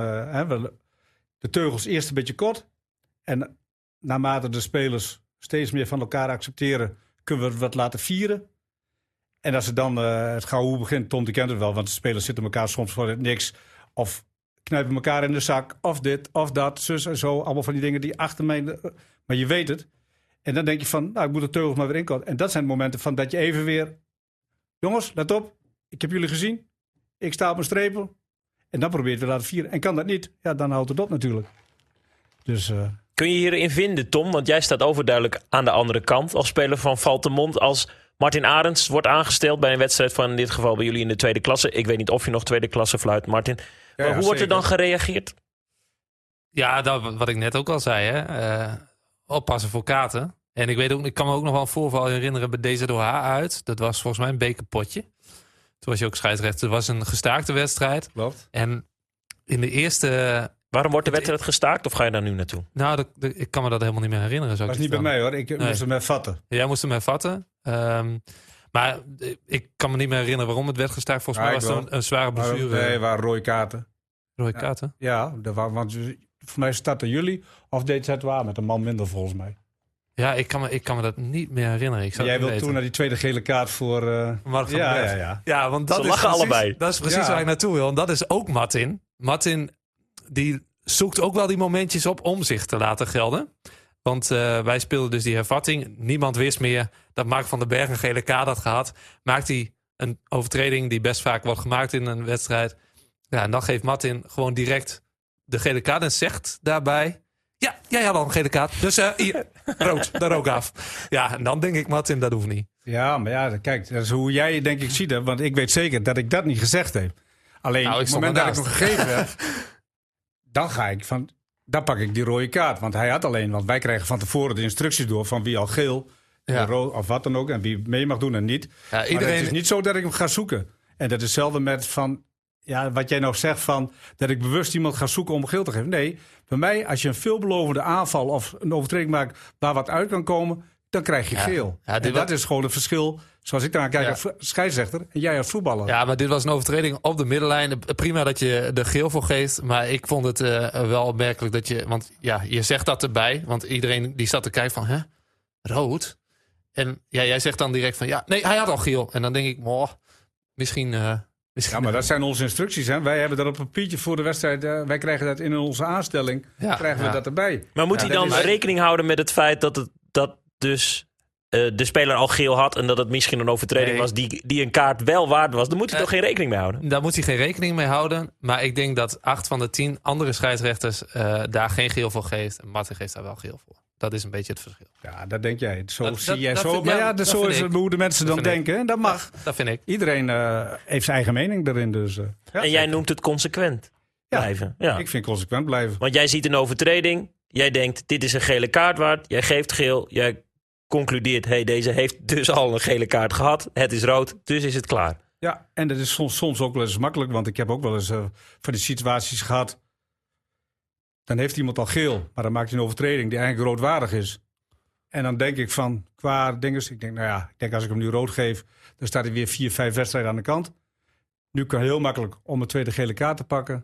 Speaker 1: de teugels eerst een beetje kort. En naarmate de spelers steeds meer van elkaar accepteren, kunnen we het wat laten vieren. En als het dan het gauw begint, Tom die kent het wel, want de spelers zitten elkaar soms voor het niks. Of knijpen elkaar in de zak, of dit, of dat, zus en zo. Allemaal van die dingen die achter mij... Maar je weet het. En dan denk je van, ik moet de teugels maar weer inkomen. En dat zijn momenten van dat je even weer... Jongens, let op. Ik heb jullie gezien. Ik sta op mijn strepen. En dan probeer je het te laten vieren. En kan dat niet, ja, dan houdt het op natuurlijk. Dus...
Speaker 2: Kun je hierin vinden, Tom? Want jij staat overduidelijk aan de andere kant als speler van Valtemont. Als Martin Arends wordt aangesteld bij een wedstrijd van in dit geval bij jullie in de tweede klasse. Ik weet niet of je nog tweede klasse fluit, Martin. Maar hoe wordt er dan gereageerd?
Speaker 3: Ja, wat ik net ook al zei. Hè? Oppassen voor kaarten. En ik kan me ook nog wel een voorval herinneren bij DZOH uit. Dat was volgens mij een bekerpotje. Toen was je ook scheidsrechter. Het was een gestaakte wedstrijd.
Speaker 1: Klopt.
Speaker 3: En in de eerste...
Speaker 2: Waarom wordt de wedstrijd gestaakt of ga je daar nu naartoe?
Speaker 3: Nou, ik kan me dat helemaal niet meer herinneren.
Speaker 1: Dat was niet bij mij hoor. Ik moest hem hervatten.
Speaker 3: Jij moest hem hervatten. Maar ik kan me niet meer herinneren waarom het werd gestaakt. Volgens mij was het een zware blessure.
Speaker 1: Nee, waren rode kaarten.
Speaker 3: Rode kaarten?
Speaker 1: Ja, want voor mij starten jullie of DZOH met een man minder volgens mij.
Speaker 3: Ja, ik kan me dat niet meer herinneren.
Speaker 1: Jij wilt toen naar die tweede gele kaart voor...
Speaker 3: Ja, want dat
Speaker 2: ze lachen allebei.
Speaker 3: Dat is precies waar ik naartoe wil. En dat is ook Martin. Martin die zoekt ook wel die momentjes op om zich te laten gelden. Want wij speelden dus die hervatting. Niemand wist meer dat Mark van den Berg een gele kaart had gehad. Maakt hij een overtreding die best vaak wordt gemaakt in een wedstrijd. Ja, en dan geeft Martin gewoon direct de gele kaart en zegt daarbij... Ja, jij had al een gele kaart. Dus hier, rood, daar ook af. Ja, en dan denk ik, Martin, dat hoeft niet.
Speaker 1: Ja, maar ja, kijk, dat is hoe jij het denk ik ziet. Hè? Want ik weet zeker dat ik dat niet gezegd heb. Alleen op het moment dat ik hem gegeven heb... dan pak ik die rode kaart. Want hij had alleen... Want wij krijgen van tevoren de instructies door... van wie al geel, rood of wat dan ook... en wie mee mag doen en niet. Ja, iedereen... Maar het is niet zo dat ik hem ga zoeken. En dat is hetzelfde met van... Ja, wat jij nou zegt van... dat ik bewust iemand ga zoeken om geel te geven. Nee, bij mij, als je een veelbelovende aanval... of een overtreding maakt waar wat uit kan komen... dan krijg je geel. Ja, en dat is gewoon het verschil... zoals ik daar kijk als scheidsrechter... en jij als voetballer.
Speaker 3: Ja, maar dit was een overtreding op de middenlijn. Prima dat je de geel voor geeft... maar ik vond het wel opmerkelijk dat je... want ja, je zegt dat erbij... want iedereen die zat te kijken van... hè, rood? En ja, jij zegt dan direct van... ja, nee, hij had al geel. En dan denk ik, misschien...
Speaker 1: Ja, maar dat zijn onze instructies. Hè? Wij hebben dat op papiertje voor de wedstrijd. Wij krijgen dat in onze aanstelling. Krijgen we dat erbij.
Speaker 2: Maar moet hij dan rekening houden met het feit dat dus de speler al geel had... en dat het misschien een overtreding was die een kaart wel waard was? Dan moet hij toch geen rekening mee houden?
Speaker 3: Daar moet hij geen rekening mee houden. Maar ik denk dat 8 van de 10 andere scheidsrechters daar geen geel voor geeft. En Martin geeft daar wel geel voor. Dat is een beetje het verschil.
Speaker 1: Ja, dat denk jij. Zo zie jij zo. Maar zo is het hoe de mensen dan denken. En dat mag.
Speaker 3: Dat vind ik.
Speaker 1: Iedereen heeft zijn eigen mening daarin. Dus,
Speaker 2: en jij noemt het consequent blijven. Ja,
Speaker 1: ik vind consequent blijven.
Speaker 2: Want jij ziet een overtreding. Jij denkt, dit is een gele kaart waard. Jij geeft geel. Jij concludeert, deze heeft dus al een gele kaart gehad. Het is rood, dus is het klaar.
Speaker 1: Ja, en dat is soms ook wel eens makkelijk. Want ik heb ook wel eens van die situaties gehad... Dan heeft iemand al geel, maar dan maakt hij een overtreding die eigenlijk roodwaardig is. En dan denk ik van, qua dinges... Ik denk als ik hem nu rood geef... dan staat hij weer 4, 5 wedstrijden aan de kant. Nu kan hij heel makkelijk om een tweede gele kaart te pakken.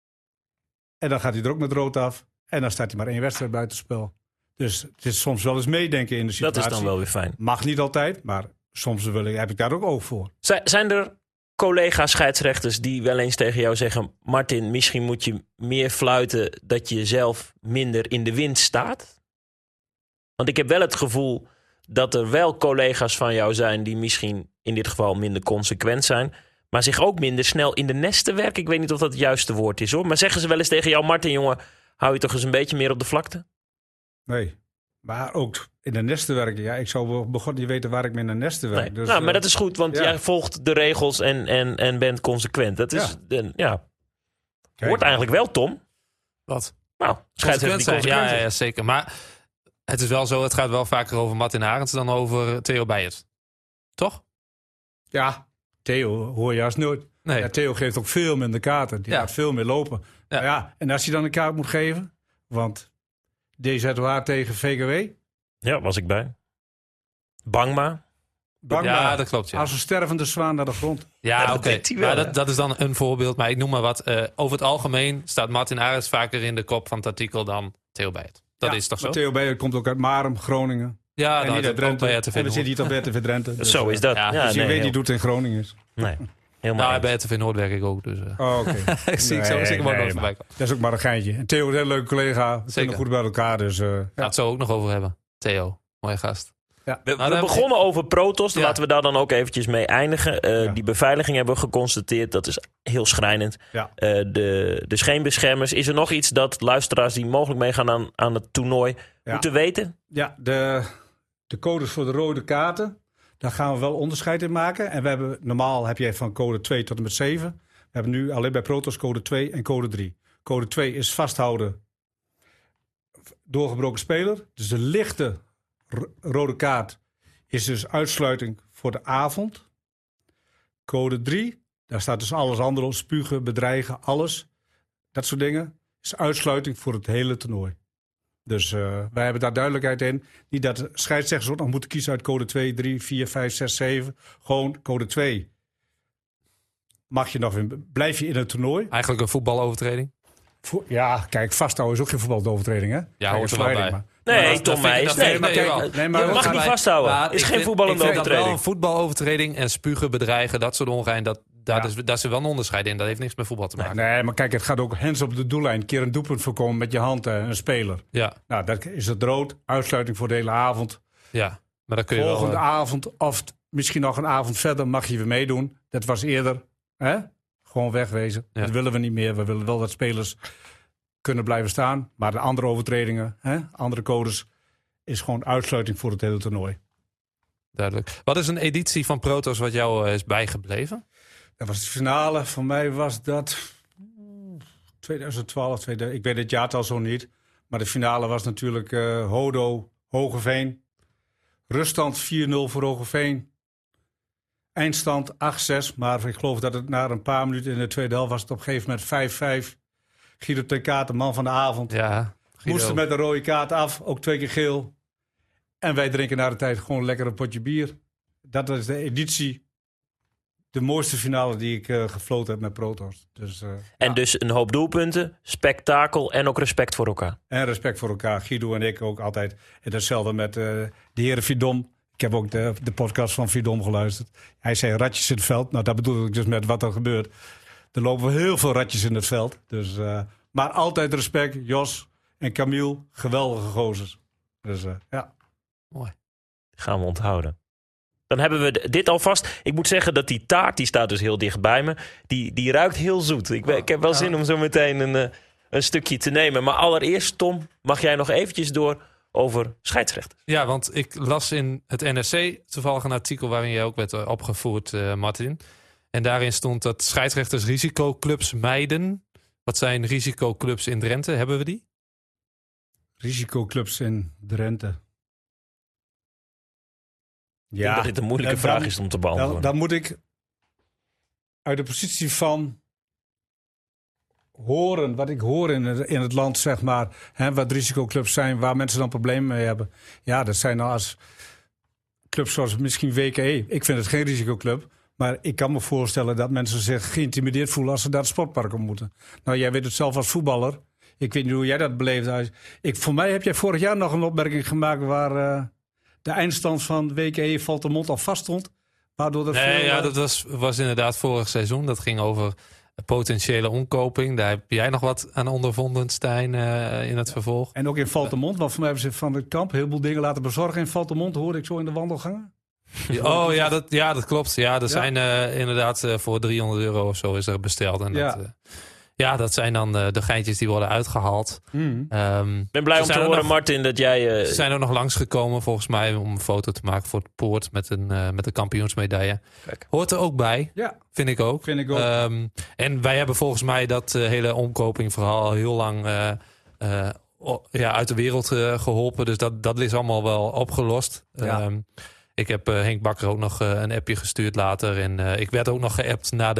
Speaker 1: En dan gaat hij er ook met rood af. En dan staat hij maar 1 wedstrijd buitenspel. Dus het is soms wel eens meedenken in de situatie.
Speaker 2: Dat is dan wel weer fijn.
Speaker 1: Mag niet altijd, maar soms heb ik daar ook oog voor.
Speaker 2: Zijn er collega-scheidsrechters die wel eens tegen jou zeggen... Martin, misschien moet je meer fluiten dat je zelf minder in de wind staat? Want ik heb wel het gevoel dat er wel collega's van jou zijn... die misschien in dit geval minder consequent zijn... maar zich ook minder snel in de nesten werken. Ik weet niet of dat het juiste woord is, hoor. Maar zeggen ze wel eens tegen jou... Martin, jongen, hou je toch eens een beetje meer op de vlakte?
Speaker 1: Nee, maar ook in de nesten werken. Ja, ik zou begonnen niet weten waar ik mee in de nesten werk.
Speaker 2: Nee. Dus, maar dat is goed, want jij volgt de regels en bent consequent. Dat is, hoort eigenlijk wel, Tom.
Speaker 3: Wat?
Speaker 2: Nou,
Speaker 3: consequent zijn. Ja, zeker. Maar het is wel zo, het gaat wel vaker over Martin Arends dan over Theo Bijers. Toch?
Speaker 1: Ja, Theo hoor je juist nooit. Nee. Ja, Theo geeft ook veel minder kaarten. Die gaat veel meer lopen. Ja. En als je dan een kaart moet geven, want DZOH tegen VKW.
Speaker 2: Ja, was ik bij. Bangma.
Speaker 3: Ja, dat klopt. Ja.
Speaker 1: Als een stervende zwaan naar de grond.
Speaker 3: Ja, oké. Dat is dan een voorbeeld. Maar ik noem maar wat. Over het algemeen staat Martin Arends vaker in de kop van het artikel dan Theo Bijert. Dat is toch zo?
Speaker 1: Theo Bijert komt ook uit Marum, Groningen.
Speaker 3: Ja,
Speaker 1: en niet uit Drenthe.
Speaker 3: En
Speaker 1: we zitten niet op RTV Drenthe.
Speaker 2: Dus, zo is dat.
Speaker 1: Dus je weet niet hoe het in Groningen is.
Speaker 2: Nee.
Speaker 3: Nou, bij RTV Noord werk ik ook. Dus,
Speaker 1: oké.
Speaker 3: zie ik zo zeker wel voorbij.
Speaker 1: Dat is ook maar een geintje. En Theo is een hele leuke collega. We zijn goed bij elkaar. Dus,
Speaker 3: Gaat het zo ook nog over hebben. Theo, mooie gast.
Speaker 2: Ja. We begonnen over Protos. Laten we daar dan ook eventjes mee eindigen. Die beveiliging hebben we geconstateerd. Dat is heel schrijnend. Ja. De scheenbeschermers. Is er nog iets dat luisteraars die mogelijk meegaan aan het toernooi moeten weten? Ja,
Speaker 1: de codes voor de rode kaarten. Daar gaan we wel onderscheid in maken. En we hebben, normaal heb je van code 2 tot en met 7. We hebben nu alleen bij Protos code 2 en code 3. Code 2 is vasthouden doorgebroken speler. Dus de lichte rode kaart is dus uitsluiting voor de avond. Code 3, daar staat dus alles andere op. Spugen, bedreigen, alles. Dat soort dingen. Is uitsluiting voor het hele toernooi. Dus wij hebben daar duidelijkheid in. Niet dat de scheidsrechters ook nog moeten kiezen uit code 2, 3, 4, 5, 6, 7. Gewoon code 2. Blijf je in het toernooi.
Speaker 3: Eigenlijk een voetbalovertreding.
Speaker 1: Ja, kijk, vasthouden is ook geen voetbalovertreding, hè?
Speaker 3: Ja, hoort er wel bij.
Speaker 1: Maar.
Speaker 2: Nee, Tom Meijs. Nee, maar je mag niet vasthouden. Het is geen voetballende overtreding.
Speaker 3: Wel een voetbalovertreding en spugen, bedreigen, dat soort ongein. Daar is er wel een onderscheid in. Dat heeft niks met voetbal te maken.
Speaker 1: Nee, maar kijk, het gaat ook hands op de doellijn. Een keer een doelpunt voorkomen met je hand, een speler.
Speaker 3: Ja.
Speaker 1: Nou, dat is het rood. Uitsluiting voor de hele avond.
Speaker 3: Ja, maar dan kun je
Speaker 1: Volgende
Speaker 3: wel...
Speaker 1: avond, of misschien nog een avond verder, mag je weer meedoen. Dat was eerder. Gewoon wegwezen.
Speaker 3: Ja.
Speaker 1: Dat willen we niet meer. We willen wel dat spelers kunnen blijven staan. Maar de andere overtredingen, andere codes, is gewoon uitsluiting voor het hele toernooi.
Speaker 3: Duidelijk. Wat is een editie van Protos wat jou is bijgebleven?
Speaker 1: Dat was de finale. Voor mij was dat 2012. Ik weet het jaartal zo niet. Maar de finale was natuurlijk Hodo, Hoogeveen. Ruststand 4-0 voor Hoogeveen. Eindstand 8-6. Maar ik geloof dat het na een paar minuten in de tweede helft was het op een gegeven moment 5-5. Guido ten Kaat, de man van de avond.
Speaker 3: Ja,
Speaker 1: Moesten met een rode kaart af. Ook 2 keer geel. En wij drinken na de tijd gewoon lekker een potje bier. Dat is de editie. De mooiste finale die ik gefloten heb met Protos. Dus,
Speaker 2: Dus een hoop doelpunten, spektakel en ook respect voor elkaar.
Speaker 1: En respect voor elkaar. Guido en ik ook altijd. En datzelfde met de heren Vidom. Ik heb ook de podcast van Vidom geluisterd. Hij zei ratjes in het veld. Nou, dat bedoel ik dus met wat er gebeurt. Er lopen heel veel ratjes in het veld. Dus, maar altijd respect. Jos en Camille, geweldige gozers. Dus ja.
Speaker 3: Mooi.
Speaker 2: Gaan we onthouden. Dan hebben we dit alvast. Ik moet zeggen dat die taart, die staat dus heel dicht bij me. Die ruikt heel zoet. Ik heb wel zin om zo meteen een stukje te nemen. Maar allereerst, Tom, mag jij nog eventjes door over scheidsrechters?
Speaker 3: Ja, want ik las in het NRC toevallig een artikel waarin jij ook werd opgevoerd, Martin. En daarin stond dat scheidsrechters risicoclubs mijden. Wat zijn risicoclubs in Drenthe? Hebben we die?
Speaker 1: Risicoclubs in Drenthe.
Speaker 2: Ik denk dat dit een moeilijke vraag is om te beantwoorden.
Speaker 1: Dan moet ik uit de positie van horen, wat ik hoor in het land, zeg maar. Wat risicoclubs zijn, waar mensen dan problemen mee hebben. Ja, dat zijn nou als clubs zoals misschien WKE. Ik vind het geen risicoclub. Maar ik kan me voorstellen dat mensen zich geïntimideerd voelen als ze naar het sportpark op moeten. Nou, jij weet het zelf als voetballer. Ik weet niet hoe jij dat beleeft. Voor mij heb jij vorig jaar nog een opmerking gemaakt waar de eindstand van WKE Valtemont al vast stond. Waardoor
Speaker 3: dat was inderdaad vorig seizoen. Dat ging over potentiële omkoping. Daar heb jij nog wat aan ondervonden, Stijn, in het vervolg.
Speaker 1: En ook in Valtemont, want voor mij hebben ze van het kamp heel veel dingen laten bezorgen in Valtemont, hoorde ik zo in de wandelgangen.
Speaker 3: Oh ja, dat klopt. Ja, er zijn inderdaad voor €300 of zo is er besteld. En dat zijn dan de geintjes die worden uitgehaald.
Speaker 2: Ik ben blij om te horen, Martin, dat jij...
Speaker 3: Ze zijn er nog langsgekomen volgens mij om een foto te maken voor het poort met een kampioensmedaille. Kijk. Hoort er ook bij, vind ik ook. En wij hebben volgens mij dat hele omkopingverhaal al heel lang uit de wereld geholpen. Dus dat is allemaal wel opgelost. Ja. Ik heb Henk Bakker ook nog een appje gestuurd later. En ik werd ook nog geappt naar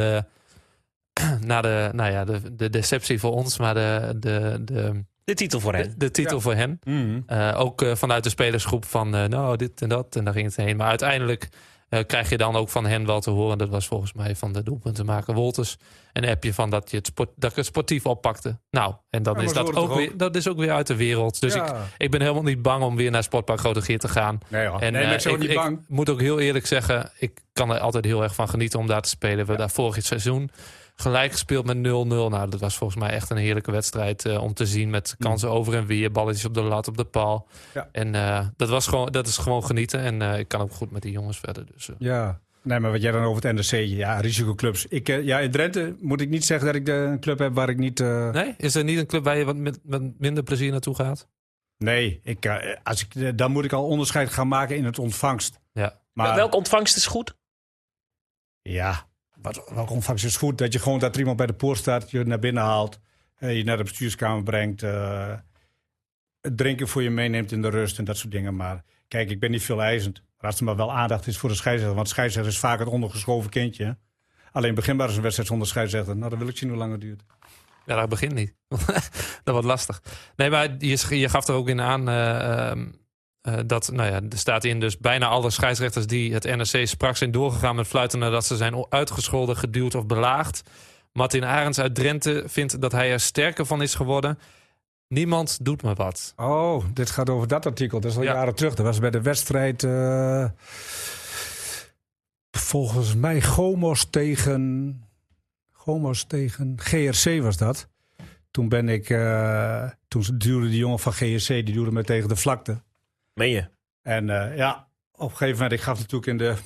Speaker 3: de deceptie voor ons. Maar de
Speaker 2: titel voor hen.
Speaker 3: De titel voor hen.
Speaker 2: Mm-hmm.
Speaker 3: Ook vanuit de spelersgroep van dit en dat. En daar ging het heen. Maar uiteindelijk krijg je dan ook van hen wel te horen. Dat was volgens mij van de doelpuntenmaker Wolters. Een appje van dat ik het sportief oppakte. Nou, en dan is dat ook weer, dat is ook weer uit de wereld. Dus ik ben helemaal niet bang om weer naar Sportpark Grotegeer te gaan.
Speaker 1: Nee,
Speaker 3: en ik moet ook heel eerlijk zeggen, ik kan er altijd heel erg van genieten om daar te spelen. We daar vorig seizoen gelijk gespeeld met 0-0. Nou, dat was volgens mij echt een heerlijke wedstrijd om te zien. Met kansen over en weer, balletjes op de lat, op de paal. Ja. En dat is gewoon genieten. En ik kan ook goed met die jongens verder. Dus,
Speaker 1: Ja, nee, maar wat jij dan over het NRC, risicoclubs. In Drenthe moet ik niet zeggen dat ik een club heb waar ik niet...
Speaker 3: Nee? Is er niet een club waar je wat met minder plezier naartoe gaat?
Speaker 1: Nee, dan moet ik al onderscheid gaan maken in het ontvangst.
Speaker 3: Ja.
Speaker 2: Maar welke ontvangst is goed?
Speaker 1: Ja, welke ontvangst is goed? Dat je gewoon dat er iemand bij de poort staat, je naar binnen haalt, je naar de bestuurskamer brengt, het drinken voor je meeneemt in de rust en dat soort dingen. Maar kijk, ik ben niet veel eisend. Maar als er maar wel aandacht is voor de scheidsrechter, want scheidsrechter is vaak het ondergeschoven kindje. Alleen beginbaar is een wedstrijd zonder scheidsrechter. Nou, dan wil ik zien hoe lang het duurt.
Speaker 3: Ja, dat begint niet. Dat wordt lastig. Nee, maar je gaf er ook in aan dat, er staat in dus bijna alle scheidsrechters die het NRC sprak zijn doorgegaan met fluiten nadat ze zijn uitgescholden, geduwd of belaagd. Martin Arends uit Drenthe vindt dat hij er sterker van is geworden. Niemand doet me wat.
Speaker 1: Oh, dit gaat over dat artikel. Dat is al jaren terug. Dat was bij de wedstrijd volgens mij Gomos tegen GRC was dat. Toen toen duwde die jongen van GRC, die duwde me tegen de vlakte.
Speaker 2: Meen je?
Speaker 1: En op een gegeven moment, ik gaf natuurlijk in de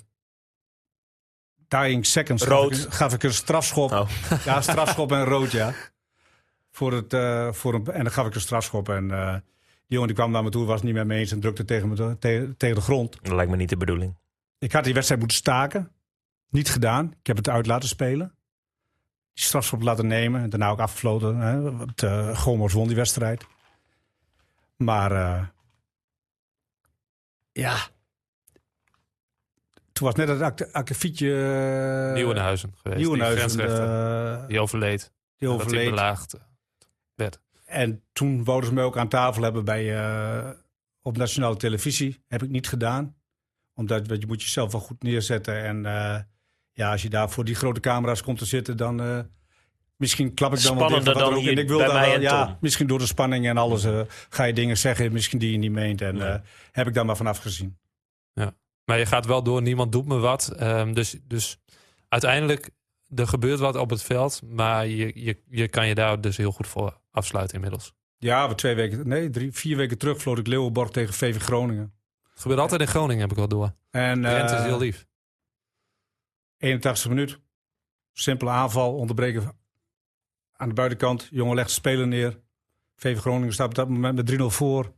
Speaker 1: dying seconds gaf ik een strafschop.
Speaker 2: Oh.
Speaker 1: Ja, strafschop en rood, ja. En dan gaf ik een strafschop. En die jongen die kwam naar me toe, was het niet met me eens en drukte tegen de grond.
Speaker 2: Dat lijkt me niet de bedoeling.
Speaker 1: Ik had die wedstrijd moeten staken. Niet gedaan. Ik heb het uit laten spelen. Die strafschop laten nemen. En daarna ook afgefloten. Hè, want Gomos won die wedstrijd. Maar ja. Toen was net het akkefietje...
Speaker 3: Nieuwenhuizen geweest.
Speaker 1: Nieuwenhuizen.
Speaker 3: Die grensrechter. Die overleed. Dat hij belaagd werd.
Speaker 1: En toen wouden ze me ook aan tafel hebben op nationale televisie. Heb ik niet gedaan. Omdat je moet jezelf wel goed neerzetten. En als je daar voor die grote camera's komt te zitten, dan misschien klap ik dan wel
Speaker 2: spannender dan hier
Speaker 1: ik wil
Speaker 2: bij
Speaker 1: dan
Speaker 2: mij
Speaker 1: wel,
Speaker 2: en Tom.
Speaker 1: misschien door de spanning en alles ga je dingen zeggen, misschien die je niet meent. En heb ik daar maar vanaf gezien.
Speaker 3: Ja. Maar je gaat wel door, niemand doet me wat. Dus uiteindelijk, er gebeurt wat op het veld. Maar je kan je daar dus heel goed voor afsluiten inmiddels.
Speaker 1: Ja, 4 weken terug vloot ik Leeuwenborg tegen VV Groningen.
Speaker 3: Het gebeurt altijd in Groningen, heb ik wel door.
Speaker 1: En
Speaker 3: Drent is heel lief.
Speaker 1: 81e minuut. Simpele aanval, onderbreken aan de buitenkant. Jongen legt de speler neer. VV Groningen staat op dat moment met 3-0 voor.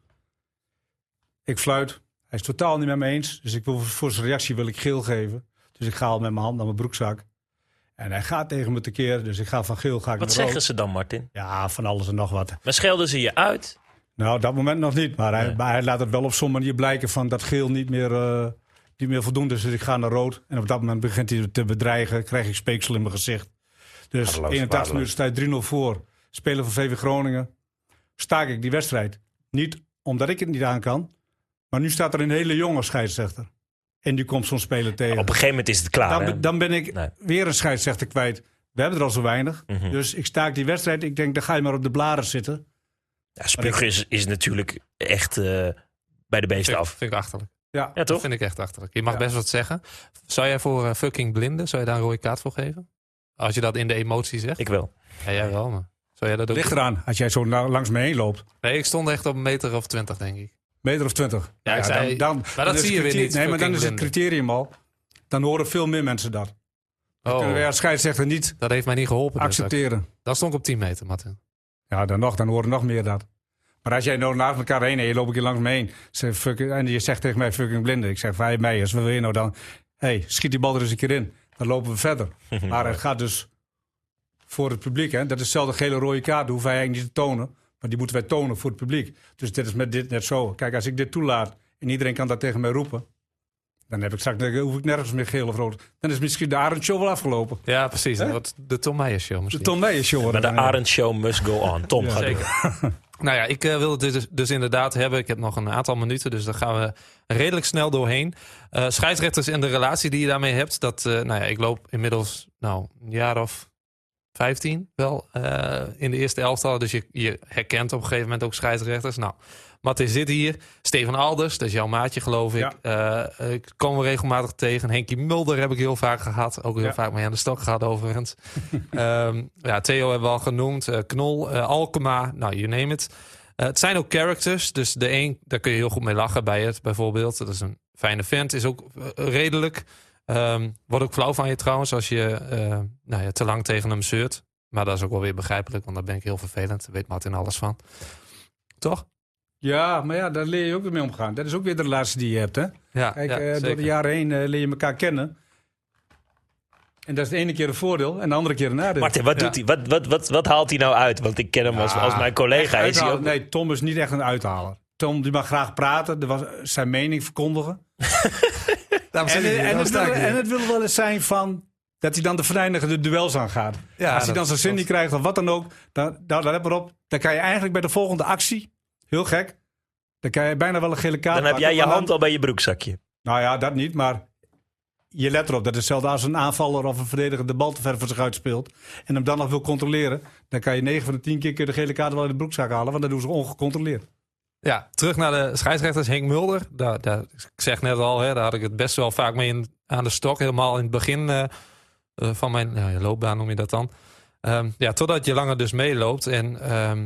Speaker 1: Ik fluit. Hij is totaal niet met me eens. Dus voor zijn reactie wil ik geel geven. Dus ik ga al met mijn hand naar mijn broekzak. En hij gaat tegen me tekeer. Dus ik ga van geel naar rood.
Speaker 2: Wat zeggen ze dan, Martin?
Speaker 1: Ja, van alles en nog wat.
Speaker 2: Maar schelden ze je uit?
Speaker 1: Nou, op dat moment nog niet. Maar hij laat het wel op zo'n manier blijken van dat geel niet meer voldoende is. Dus ik ga naar rood. En op dat moment begint hij te bedreigen. Krijg ik speeksel in mijn gezicht. Dus 81 minuten staat 3-0 voor. Speler van VV Groningen. Staak ik die wedstrijd. Niet omdat ik het niet aan kan. Maar nu staat er een hele jonge scheidsrechter. En die komt zo'n speler tegen.
Speaker 2: Op een gegeven moment is het klaar.
Speaker 1: Dan ben ik weer een scheidsrechter kwijt. We hebben er al zo weinig.
Speaker 2: Mm-hmm.
Speaker 1: Dus ik staak die wedstrijd. Ik denk, dan ga je maar op de blaren zitten.
Speaker 2: Ja, spugen is natuurlijk echt bij de beesten af.
Speaker 3: Vind ik achterlijk.
Speaker 1: Ja,
Speaker 3: Dat
Speaker 2: toch?
Speaker 3: vind ik echt achterlijk. Je mag best wat zeggen. Zou jij voor fucking blinden, zou je daar een rode kaart voor geven? Als je dat in de emotie zegt?
Speaker 2: Ik wel.
Speaker 3: Ja, jij wel, maar zou jij dat ook
Speaker 1: ligt
Speaker 3: doen?
Speaker 1: eraan. Als jij zo langs me heen loopt.
Speaker 3: Nee, ik stond echt op 1,20 meter, denk ik.
Speaker 1: Meter of 20.
Speaker 3: Ja, ik zei, maar dat zie je weer niet.
Speaker 1: Nee, maar dan is het
Speaker 3: blinden.
Speaker 1: criterium al. Dan horen veel meer mensen dat. Dat kunnen wij als scheidsrechter niet
Speaker 3: Dat heeft mij niet geholpen.
Speaker 1: accepteren.
Speaker 3: Dus dan stond ik op 10 meter, Martin.
Speaker 1: Ja, dan horen nog meer dat. Maar als jij nou naast elkaar heen en je loopt een keer langs me heen. En je zegt tegen mij fucking blinden. Ik zeg, van mij, als we weer nou dan. Schiet die bal er eens een keer in. Dan lopen we verder. Maar het gaat dus voor het publiek. Hè? Dat is hetzelfde gele rode kaart. Dat hoeven wij eigenlijk niet te tonen. Maar die moeten wij tonen voor het publiek. Dus dit is met dit net zo. Kijk, als ik dit toelaat en iedereen kan dat tegen mij roepen. Dan heb ik straks, hoef ik nergens meer geel of rood. Dan is misschien de Arend Show wel afgelopen.
Speaker 3: Ja, precies. De Tom Meijer Show misschien.
Speaker 1: De Tom Meijer Show.
Speaker 2: Maar de Arend Show must go on. Tom, ga door.
Speaker 3: Nou ja, ik wil het dus inderdaad hebben. Ik heb nog een aantal minuten, dus daar gaan we redelijk snel doorheen. Scheidsrechters en de relatie die je daarmee hebt. Ik loop inmiddels een jaar of 15 wel in de eerste elftal. Dus je herkent op een gegeven moment ook scheidsrechters. Nou, Martin zit hier. Steven Alders, dat is jouw maatje geloof ik.
Speaker 1: Ja.
Speaker 3: Ik kom we regelmatig tegen. Henkie Mulder heb ik heel vaak gehad. Ook heel vaak mee aan de stok gehad overigens. Theo hebben we al genoemd. Knol, Alkema, nou, you name it. Het zijn ook characters. Dus de een, daar kun je heel goed mee lachen bij het bijvoorbeeld. Dat is een fijne vent. Is ook redelijk. Wordt ook flauw van je trouwens als je te lang tegen hem zeurt. Maar dat is ook wel weer begrijpelijk, want daar ben ik heel vervelend. Daar weet Martin alles van. Toch?
Speaker 1: Ja, maar ja, daar leer je ook weer mee omgaan. Dat is ook weer de relatie die je hebt, hè?
Speaker 3: Ja,
Speaker 1: Kijk, door de jaren heen leer je elkaar kennen. En dat is de ene keer een voordeel en de andere keer een nadeel.
Speaker 2: Martin, wat doet hij? Wat haalt hij nou uit? Want ik ken hem als mijn collega. Is hij ook...
Speaker 1: Nee, Tom is niet echt een uithaler. Tom die mag graag praten, zijn mening verkondigen. En het wil wel eens zijn van dat hij dan de vereinigende duels aangaat.
Speaker 3: Ja,
Speaker 1: als hij dan zijn zin niet krijgt of wat dan ook, dan let maar op. Dan kan je eigenlijk bij de volgende actie, heel gek, dan kan je bijna wel een gele kaart
Speaker 2: Dan heb jij je hand al bij je broekzakje.
Speaker 1: Nou ja, dat niet, maar je let erop. Dat is hetzelfde als een aanvaller of een verdediger de bal te ver voor zich uitspeelt en hem dan nog wil controleren. Dan kan je 9 van de 10 keer de gele kaart wel in de broekzak halen, want dat doen ze ongecontroleerd.
Speaker 3: Ja, terug naar de scheidsrechters. Henk Mulder. Ik zeg net al, daar had ik het best wel vaak mee aan de stok. Helemaal in het begin van mijn loopbaan noem je dat dan. Totdat je langer dus meeloopt. En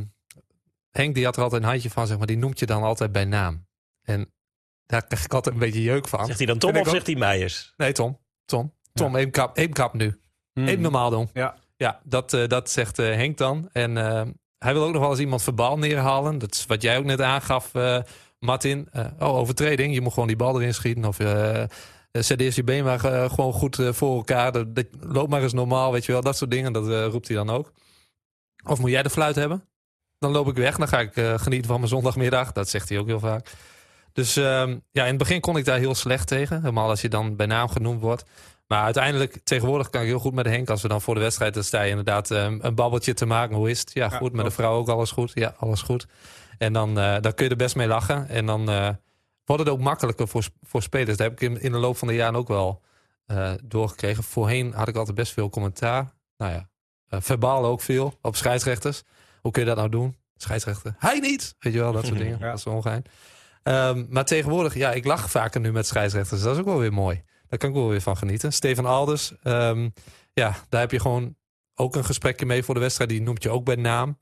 Speaker 3: Henk die had er altijd een handje van, zeg maar. Die noemt je dan altijd bij naam. En daar krijg ik altijd een beetje jeuk van.
Speaker 2: Zegt hij dan Tom of zegt hij Meijers?
Speaker 3: Nee, Tom. Tom, één kap nu. Even normaal doen. Ja, dat zegt Henk dan. En hij wil ook nog wel eens iemand verbaal neerhalen. Dat is wat jij ook net aangaf, Martin. Overtreding. Je moet gewoon die bal erin schieten. Of zet eerst je been maar gewoon goed voor elkaar. Loop maar eens normaal, weet je wel. Dat soort dingen, dat roept hij dan ook. Of moet jij de fluit hebben? Dan loop ik weg. Dan ga ik genieten van mijn zondagmiddag. Dat zegt hij ook heel vaak. Dus in het begin kon ik daar heel slecht tegen. Helemaal als je dan bij naam genoemd wordt. Maar uiteindelijk, tegenwoordig kan ik heel goed met Henk. Als we dan voor de wedstrijd, dan sta je inderdaad een babbeltje te maken. Hoe is het? Ja, goed. Met de vrouw ook alles goed? Ja, alles goed. En dan kun je er best mee lachen. En dan wordt het ook makkelijker voor spelers. Dat heb ik in de loop van de jaren ook wel doorgekregen. Voorheen had ik altijd best veel commentaar. Verbaal ook veel op scheidsrechters. Hoe kun je dat nou doen? Scheidsrechter. Hij niet! Weet je wel, dat soort dingen. Ja. Dat is ongein. Maar tegenwoordig, ik lach vaker nu met scheidsrechters. Dat is ook wel weer mooi. Daar kan ik wel weer van genieten. Steven Alders, daar heb je gewoon ook een gesprekje mee voor de wedstrijd. Die noemt je ook bij naam.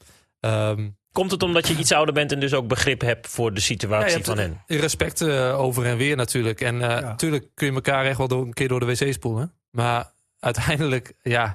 Speaker 2: Komt het omdat je iets ouder bent en dus ook begrip hebt voor de situatie van hen?
Speaker 3: Respect over en weer natuurlijk. En natuurlijk kun je elkaar echt wel een keer door de wc spoelen. Maar uiteindelijk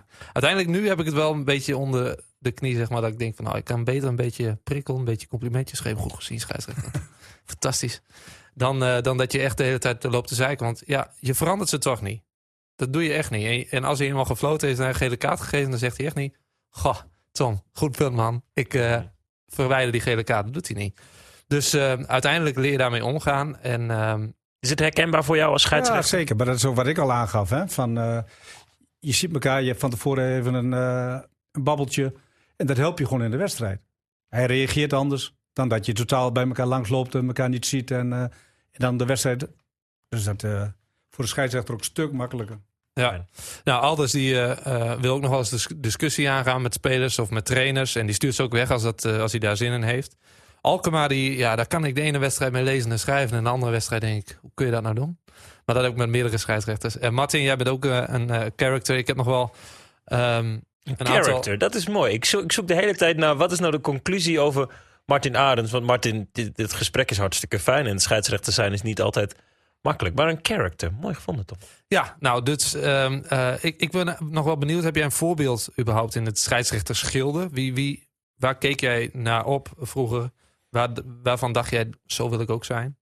Speaker 3: nu heb ik het wel een beetje onder de knie, zeg maar. Dat ik denk van, ik kan beter een beetje prikkelen, een beetje complimentjes geven. Goed gezien, scheidsrechter. Fantastisch. Dan dat je echt de hele tijd loopt te zeiken. Want je verandert ze toch niet. Dat doe je echt niet. En als hij eenmaal gefloten heeft en een gele kaart gegeven, dan zegt hij echt niet, goh, Tom, goed punt man. Ik verwijder die gele kaart. Dat doet hij niet. Dus uiteindelijk leer je daarmee omgaan. En
Speaker 2: is het herkenbaar voor jou als scheidsrechter?
Speaker 1: Ja, zeker. Maar dat is ook wat ik al aangaf. Hè? Je ziet elkaar, je hebt van tevoren even een babbeltje. En dat helpt je gewoon in de wedstrijd. Hij reageert anders dan dat je totaal bij elkaar langsloopt en elkaar niet ziet. En dan de wedstrijd. Dus dat voor de scheidsrechter ook een stuk makkelijker.
Speaker 3: Ja, nou, Alders die wil ook nog wel eens discussie aangaan met spelers of met trainers. En die stuurt ze ook weg als hij daar zin in heeft. Alkema, daar kan ik de ene wedstrijd mee lezen en schrijven. En de andere wedstrijd denk ik, hoe kun je dat nou doen? Maar dat ook met meerdere scheidsrechters. En Martin, jij bent ook een character. Ik heb nog wel een
Speaker 2: character,
Speaker 3: aantal...
Speaker 2: dat is mooi. Ik zoek de hele tijd naar, wat is nou de conclusie over Martin Arends? Want Martin, dit gesprek is hartstikke fijn. En scheidsrechter zijn is niet altijd makkelijk. Maar een character, mooi gevonden toch?
Speaker 3: Ja, nou, dus ik ben nog wel benieuwd. Heb jij een voorbeeld überhaupt in het scheidsrechtersgilde? Waar keek jij naar op vroeger? Waarvan dacht jij, zo wil ik ook zijn?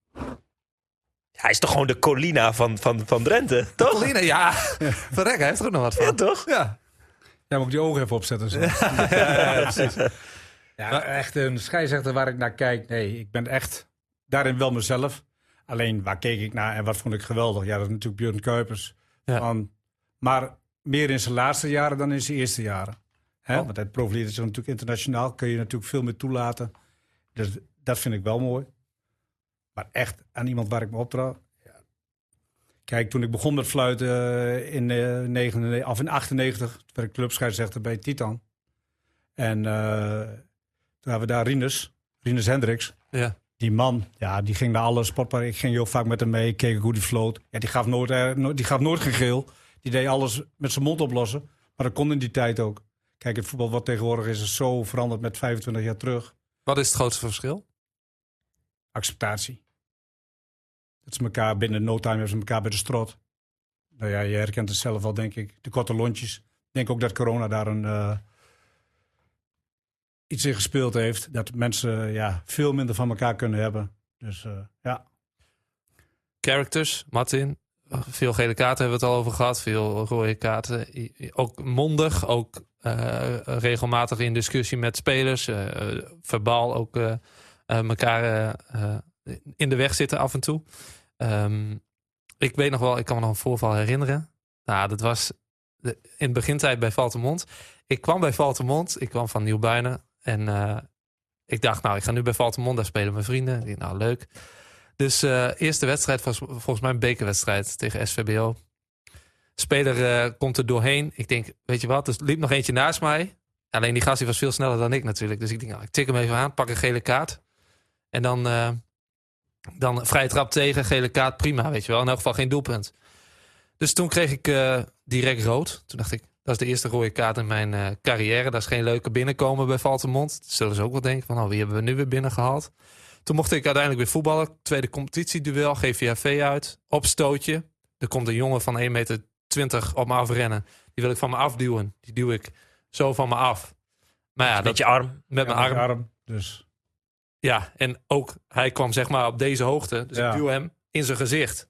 Speaker 2: Hij is toch gewoon de Colina van Drenthe, toch?
Speaker 3: Colina, ja. Verrek, hij heeft er ook nog wat van.
Speaker 2: Ja, toch?
Speaker 3: Ja.
Speaker 1: Ja, moet ik die ogen even opzetten. Zo.
Speaker 3: Ja, precies.
Speaker 1: Ja, echt een scheidsrechter waar ik naar kijk. Nee, ik ben echt daarin wel mezelf. Alleen, waar keek ik naar en wat vond ik geweldig? Ja, dat is natuurlijk Björn Kuipers.
Speaker 3: Ja.
Speaker 1: Maar meer in zijn laatste jaren dan in zijn eerste jaren. Want hij profileert zich natuurlijk internationaal. Kun je natuurlijk veel meer toelaten. Dus dat vind ik wel mooi. Maar echt aan iemand waar ik me optrouw. Ja. Kijk, toen ik begon met fluiten in 98, toen werd ik clubscheidsrechter bij Titan. En toen hadden we daar Rinus Hendricks.
Speaker 3: Ja.
Speaker 1: Die man, die ging naar alle sportparken. Ik ging heel vaak met hem mee, keek hoe die floot. Ja, die gaf nooit geen geel. Die deed alles met zijn mond oplossen. Maar dat kon in die tijd ook. Kijk, het voetbal wat tegenwoordig is zo veranderd met 25 jaar terug.
Speaker 3: Wat is het grootste verschil?
Speaker 1: Acceptatie. Dat ze elkaar binnen no time hebben ze elkaar bij de strot. Nou ja, je herkent het zelf al, denk ik. De korte lontjes. Ik denk ook dat corona daar iets in gespeeld heeft. Dat mensen veel minder van elkaar kunnen hebben. Dus ja.
Speaker 3: Characters, Martin. Veel gele kaarten hebben we het al over gehad. Veel rode kaarten. Ook mondig. Ook regelmatig in discussie met spelers. Verbaal ook elkaar in de weg zitten af en toe. Ik weet nog wel, ik kan me nog een voorval herinneren. Nou, dat was in het begintijd bij Valtemont. Ik kwam bij Valtemont. Ik kwam van Nieuwbuinen. En ik dacht, ik ga nu bij Valtemont daar spelen met vrienden. Ik dacht, nou, leuk. Dus eerste wedstrijd was volgens mij een bekerwedstrijd tegen SVBO. Speler komt er doorheen. Ik denk, weet je wat, er liep nog eentje naast mij. Alleen die gast was veel sneller dan ik natuurlijk. Dus ik denk, ik tik hem even aan, pak een gele kaart. En dan vrije trap tegen, gele kaart, prima, weet je wel. In elk geval geen doelpunt. Dus toen kreeg ik direct rood. Toen dacht ik, dat is de eerste rode kaart in mijn carrière. Dat is geen leuke binnenkomen bij Valtemont. Dat zullen ze ook wel denken van, wie hebben we nu weer binnengehaald? Toen mocht ik uiteindelijk weer voetballen. Tweede competitieduel, GVHV uit. Opstootje. Er komt een jongen van 1,20 meter op me afrennen. Die wil ik van me afduwen. Die duw ik zo van me af. Maar ja,
Speaker 2: Met je arm.
Speaker 3: Met mijn arm.
Speaker 1: Dus.
Speaker 3: Ja, en ook hij kwam zeg maar op deze hoogte. Dus ik duw hem in zijn gezicht.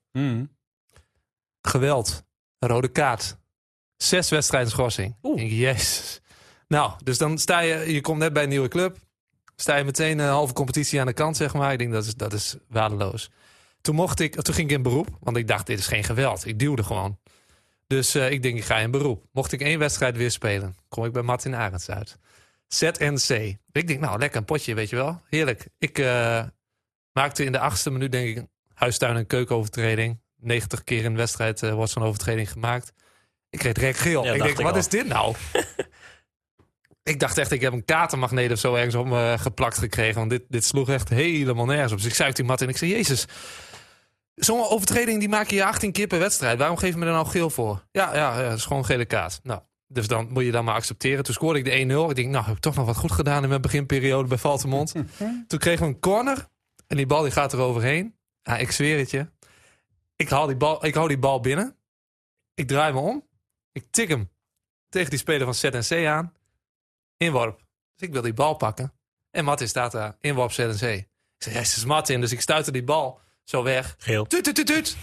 Speaker 3: Geweld. Een rode kaart. 6 wedstrijden schorsing. Jezus. Nou, dus dan sta je komt net bij een nieuwe club. Sta je meteen een halve competitie aan de kant, zeg maar. Ik denk dat is waardeloos. Toen ging ik in beroep, want ik dacht, dit is geen geweld. Ik duwde gewoon. Dus ik denk, ik ga in beroep. Mocht ik 1 wedstrijd weer spelen, kom ik bij Martin Arends uit. ZNC. Ik denk, nou, lekker een potje, weet je wel. Heerlijk. Ik maakte in de 8e minuut, denk ik, een huistuin- en keukenovertreding. 90 keer in de wedstrijd wordt zo'n overtreding gemaakt. Ik kreeg direct geel.
Speaker 2: Ja,
Speaker 3: ik denk, wat is dit nou? Ik dacht echt, ik heb een katermagneet of zo ergens op me geplakt gekregen. Want dit sloeg echt helemaal nergens op. Dus ik zei tegen Martin, ik zei, Jezus, zo'n overtreding die maak je 18 keer per wedstrijd. Waarom geef je me er nou geel voor? Ja, dat is gewoon een gele kaart. Nou, dus dan moet je dat maar accepteren. Toen scoorde ik de 1-0. Ik denk, nou, heb ik toch nog wat goed gedaan in mijn beginperiode bij Valtemont. Toen kregen we een corner. En die bal die gaat er overheen. Ja, ik zweer het je. Ik hou die bal binnen. Ik draai me om. Ik tik hem tegen die speler van ZNC aan. Inworp. Dus ik wil die bal pakken. En Martin staat daar. Inworp ZNC. Ik zeg, jezus Martin. Dus ik stuitte die bal zo weg.
Speaker 2: Geel.
Speaker 3: Tuut.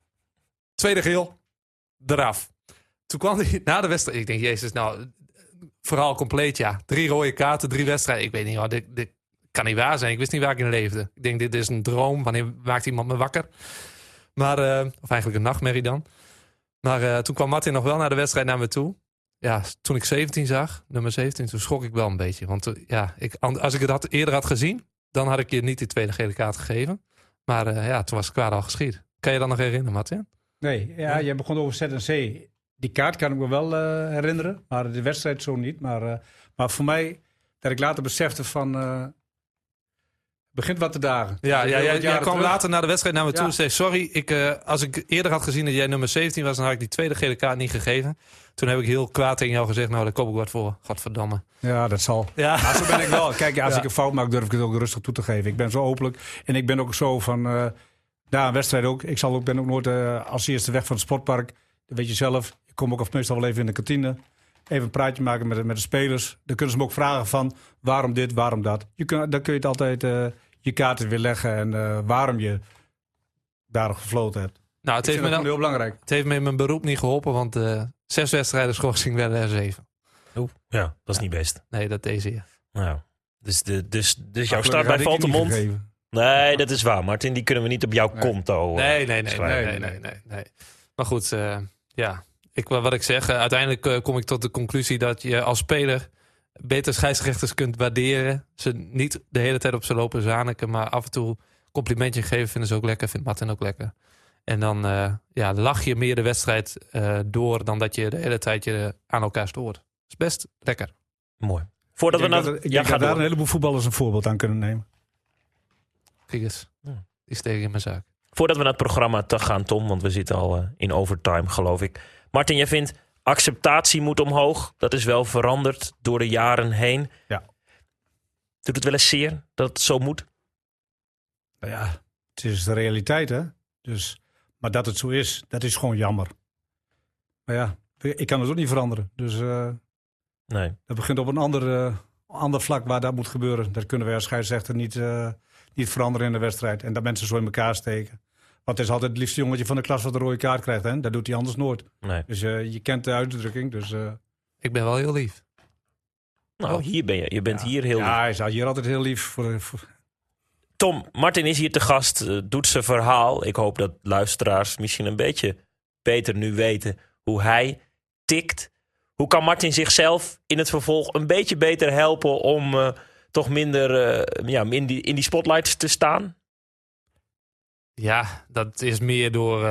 Speaker 3: Tweede geel. Eraf. Toen kwam hij na de wedstrijd. Ik denk, jezus, nou, verhaal compleet, ja. 3 rode kaarten, 3 wedstrijden. Ik weet niet, dit kan niet waar zijn. Ik wist niet waar ik in leefde. Ik denk, dit is een droom. Wanneer maakt iemand me wakker? Maar, of eigenlijk een nachtmerrie dan. Maar toen kwam Martin nog wel naar de wedstrijd naar me toe. Ja, toen ik 17 zag, nummer 17, toen schrok ik wel een beetje. Want als ik het eerder had gezien, dan had ik je niet die tweede gele kaart gegeven. Maar toen was het kwaad al geschied. Kan je dat nog herinneren, Martin?
Speaker 1: Nee, je begon over ZNC. Die kaart kan ik me wel herinneren, maar de wedstrijd zo niet. Maar voor mij, dat ik later besefte van... begint wat te dagen.
Speaker 3: Ja, jij kwam later naar de wedstrijd naar me toe en zei... Sorry, als ik eerder had gezien dat jij nummer 17 was... dan had ik die tweede gele kaart niet gegeven. Toen heb ik heel kwaad tegen jou gezegd... nou, daar koop ik wat voor. Godverdamme.
Speaker 1: Ja, dat zal. Ja. Maar zo ben ik wel. Kijk, als ik een fout maak, durf ik het ook rustig toe te geven. Ik ben zo openlijk. En ik ben ook zo van... daar een wedstrijd ook. Ik ben ook nooit als eerste weg van het sportpark. Dat weet je zelf. Ik kom ook meestal wel even in de kantine. Even een praatje maken met de spelers. Dan kunnen ze me ook vragen van... waarom dit, waarom dat. Dan kun je het altijd... je kaarten weer leggen en waarom je daar gefloten hebt.
Speaker 3: Nou, het heeft me
Speaker 1: heel belangrijk.
Speaker 3: Het heeft me in mijn beroep niet geholpen, want 6 wedstrijden schorsing werden er 7.
Speaker 2: Ja, dat is niet best.
Speaker 3: Nee, dat deze jaar.
Speaker 2: Nou, dus jouw start bij Valtemont. Nee, dat is waar, Martin. Die kunnen we niet op jouw konto
Speaker 3: Nee. Maar goed, wat ik zeg, uiteindelijk kom ik tot de conclusie dat je als speler beter scheidsrechters kunt waarderen. Ze niet de hele tijd op ze lopen zaniken, maar af en toe complimentje geven vinden ze ook lekker. Vindt Martin ook lekker. En dan lach je meer de wedstrijd door dan dat je de hele tijd je aan elkaar stoort. Dat is best lekker.
Speaker 2: Mooi. Voordat ik
Speaker 1: denk dat daar een heleboel voetballers een voorbeeld aan kunnen nemen.
Speaker 3: Kijk eens, die steek in mijn zaak.
Speaker 2: Voordat we naar het programma gaan, Tom, want we zitten al in overtime, geloof ik. Martin, jij vindt acceptatie moet omhoog. Dat is wel veranderd door de jaren heen.
Speaker 1: Ja.
Speaker 2: Doet het wel eens zeer dat het zo moet?
Speaker 1: Nou ja, het is de realiteit, hè. Dus, maar dat het zo is, dat is gewoon jammer. Maar ja, ik kan het ook niet veranderen. Dus
Speaker 2: nee.
Speaker 1: Dat begint op een ander vlak waar dat moet gebeuren. Dat kunnen wij als scheidsrechter niet veranderen in de wedstrijd. En dat mensen zo in elkaar steken. Want het is altijd het liefste jongetje van de klas wat een rode kaart krijgt. Hè? Dat doet hij anders nooit.
Speaker 2: Nee.
Speaker 1: Dus je kent de uitdrukking. Dus,
Speaker 3: ik ben wel heel lief.
Speaker 2: Nou, hier ben je. Je bent hier heel lief.
Speaker 1: Ja, hij is hier altijd heel lief. Voor...
Speaker 2: Tom, Martin is hier te gast. Doet zijn verhaal. Ik hoop dat luisteraars misschien een beetje beter nu weten hoe hij tikt. Hoe kan Martin zichzelf in het vervolg een beetje beter helpen om toch minder in die spotlights te staan?
Speaker 3: Ja, dat is meer door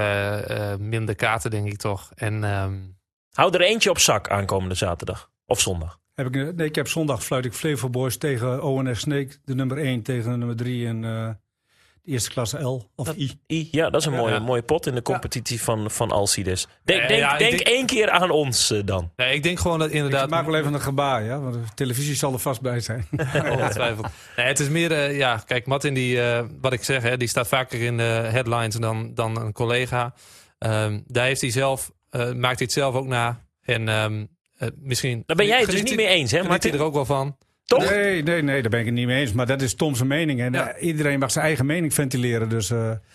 Speaker 3: minder kaarten, denk ik toch. En,
Speaker 2: hou er eentje op zak aankomende zaterdag of zondag.
Speaker 1: Ik heb zondag fluit ik Flevo Boys tegen ONS Sneek. De nummer 1 tegen de nummer 3 in de eerste klasse L of I.
Speaker 2: Ja, dat is een mooie pot in de competitie van Alcides. Denk 1 keer aan ons dan.
Speaker 3: Nee, ik denk gewoon dat inderdaad...
Speaker 1: Ik maak wel even een gebaar, ja, want de televisie zal er vast bij zijn.
Speaker 3: Ongetwijfeld. Nee, het is meer, kijk, Martin, wat ik zeg, die staat vaker in de headlines dan een collega. Daar heeft hij zelf, maakt hij het zelf ook na. En misschien...
Speaker 2: Daar ben jij het dus niet mee eens, hè,
Speaker 3: Martin? Hij er ook wel van.
Speaker 2: Toch?
Speaker 1: Nee, daar ben ik het niet mee eens. Maar dat is Tom's mening. En iedereen mag zijn eigen mening ventileren. Dus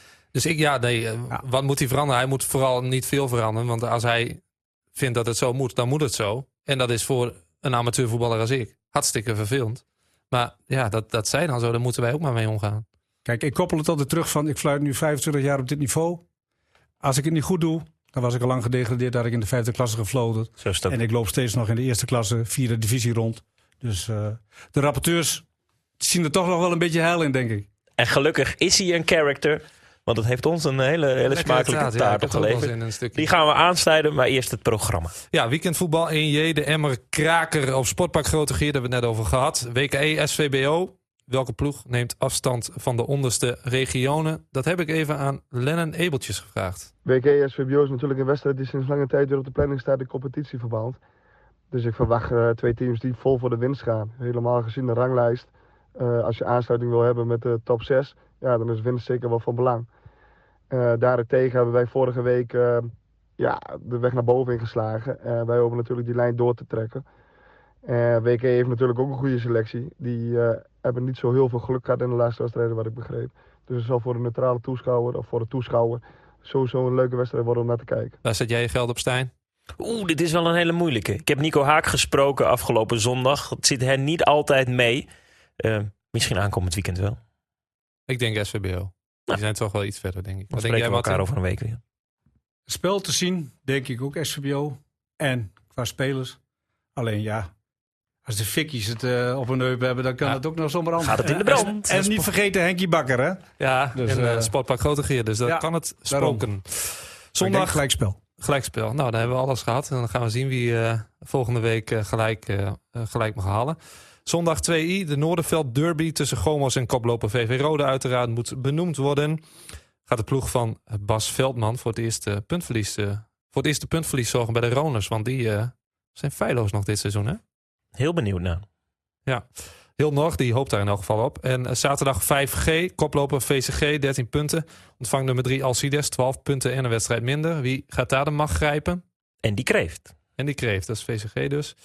Speaker 1: wat moet hij veranderen? Hij moet vooral niet veel veranderen. Want als hij vindt dat het zo moet, dan moet het zo. En dat is voor een amateurvoetballer als ik hartstikke vervelend. Maar ja, dat zij dan zo. Daar moeten wij ook maar mee omgaan. Kijk, ik koppel het altijd terug van... ik fluit nu 25 jaar op dit niveau. Als ik het niet goed doe... dan was ik al lang gedegradeerd. Dat ik in de 5e klasse gefloten. En ik loop steeds nog in de eerste klasse 4e divisie rond. Dus de rapporteurs zien er toch nog wel een beetje heil in, denk ik.
Speaker 2: En gelukkig is hij een character. Want het heeft ons een hele smakelijke taart opgeleverd. Die gaan we aansnijden, maar eerst het programma.
Speaker 3: Ja, weekendvoetbal 1J. De Emmer Kraker op Sportpark Grote Geer. Daar hebben we het net over gehad. WKE SVBO. Welke ploeg neemt afstand van de onderste regionen? Dat heb ik even aan Lennon Ebeltjes gevraagd.
Speaker 7: WKE SVBO is natuurlijk een wedstrijd die sinds lange tijd weer op de planning staat in competitieverband. Dus ik verwacht 2 teams die vol voor de winst gaan. Helemaal gezien de ranglijst. Als je aansluiting wil hebben met de top 6, ja, dan is winst zeker wel van belang. Daarentegen hebben wij vorige week de weg naar boven ingeslagen. Wij hopen natuurlijk die lijn door te trekken. WKE heeft natuurlijk ook een goede selectie. Die hebben niet zo heel veel geluk gehad in de laatste wedstrijden, wat ik begreep. Dus het zal voor de neutrale toeschouwer of voor de toeschouwer sowieso een leuke wedstrijd worden om naar te kijken.
Speaker 3: Waar zet jij je geld op, Stijn?
Speaker 2: Dit is wel een hele moeilijke. Ik heb Nico Haak gesproken afgelopen zondag. Het zit hen niet altijd mee. Misschien aankomend weekend wel.
Speaker 3: Ik denk SVBO. Die zijn toch wel iets verder, denk ik.
Speaker 2: Dan spreken we elkaar over een week weer.
Speaker 1: Spel te zien, denk ik ook SVBO. En qua spelers. Alleen ja, als de fikkies het op een heup hebben, dan kan het ook nog zomaar anders.
Speaker 2: Gaat het in de brand.
Speaker 1: En niet vergeten Henkie Bakker, hè?
Speaker 3: Ja, dus, en Sportpark Grote Geer. Dus dat kan het spoken. Zondag
Speaker 1: gelijkspel.
Speaker 3: Gelijkspel. Nou, dan hebben we alles gehad. En dan gaan we zien wie volgende week gelijk mag halen. Zondag 2i, de Noorderveld Derby tussen Gomos en koploper VV Rode uiteraard moet benoemd worden. Gaat de ploeg van Bas Veldman voor het eerste puntverlies zorgen bij de Roners. Want die zijn feilloos nog dit seizoen, hè?
Speaker 2: Heel benieuwd naar.
Speaker 3: Ja, heel nog, die hoopt daar in elk geval op. En zaterdag 5G, koploper VCG, 13 punten. Ontvangt nummer 3 Alcides, 12 punten en een wedstrijd minder. Wie gaat daar de macht grijpen?
Speaker 2: En die Kreeft.
Speaker 3: Dat is VCG dus.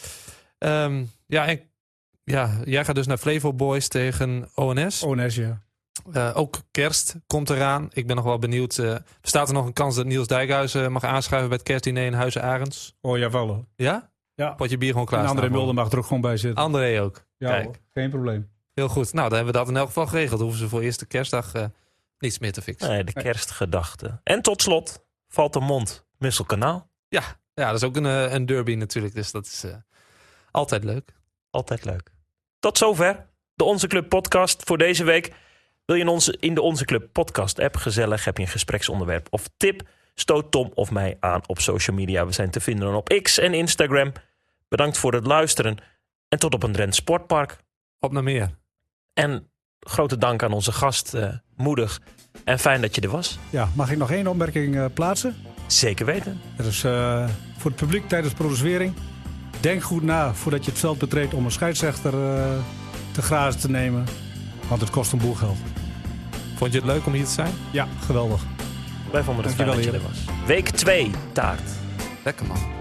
Speaker 3: Jij gaat dus naar Flevo Boys tegen ONS.
Speaker 1: ONS, ja.
Speaker 3: Ook kerst komt eraan. Ik ben nog wel benieuwd. Bestaat er nog een kans dat Niels Dijkhuizen mag aanschuiven bij het kerstdiner in Huizen Arends?
Speaker 1: Oh, jawel.
Speaker 3: Ja?
Speaker 1: Ja.
Speaker 3: Potje bier gewoon klaar.
Speaker 1: En André Mulder mag er ook gewoon bij zitten.
Speaker 3: André ook.
Speaker 1: Ja,
Speaker 3: kijk.
Speaker 1: Hoor, geen probleem.
Speaker 3: Heel goed. Nou, dan hebben we dat in elk geval geregeld. Dan hoeven ze voor eerste kerstdag niets meer te fixen.
Speaker 2: Nee, de kerstgedachte. En tot slot, Valtermond, Musselkanaal.
Speaker 3: Ja, dat is ook een derby natuurlijk. Dus dat is altijd leuk.
Speaker 2: Altijd leuk. Tot zover de Onze Club podcast voor deze week. Wil je in de Onze Club podcast app gezellig? Heb je een gespreksonderwerp of tip? Stoot Tom of mij aan op social media. We zijn te vinden op X en Instagram. Bedankt voor het luisteren. En tot op een Drents Sportpark.
Speaker 3: Op naar meer.
Speaker 2: En grote dank aan onze gast. Moedig en fijn dat je er was.
Speaker 1: Ja, mag ik nog 1 opmerking plaatsen?
Speaker 2: Zeker weten.
Speaker 1: Dat is voor het publiek tijdens producering. Denk goed na voordat je het veld betreedt om een scheidsrechter te grazen te nemen. Want het kost een boel geld.
Speaker 3: Vond je het leuk om hier te zijn?
Speaker 1: Ja, geweldig.
Speaker 2: Wij vonden het fijn dat je er was. Week 2, taart.
Speaker 3: Lekker man.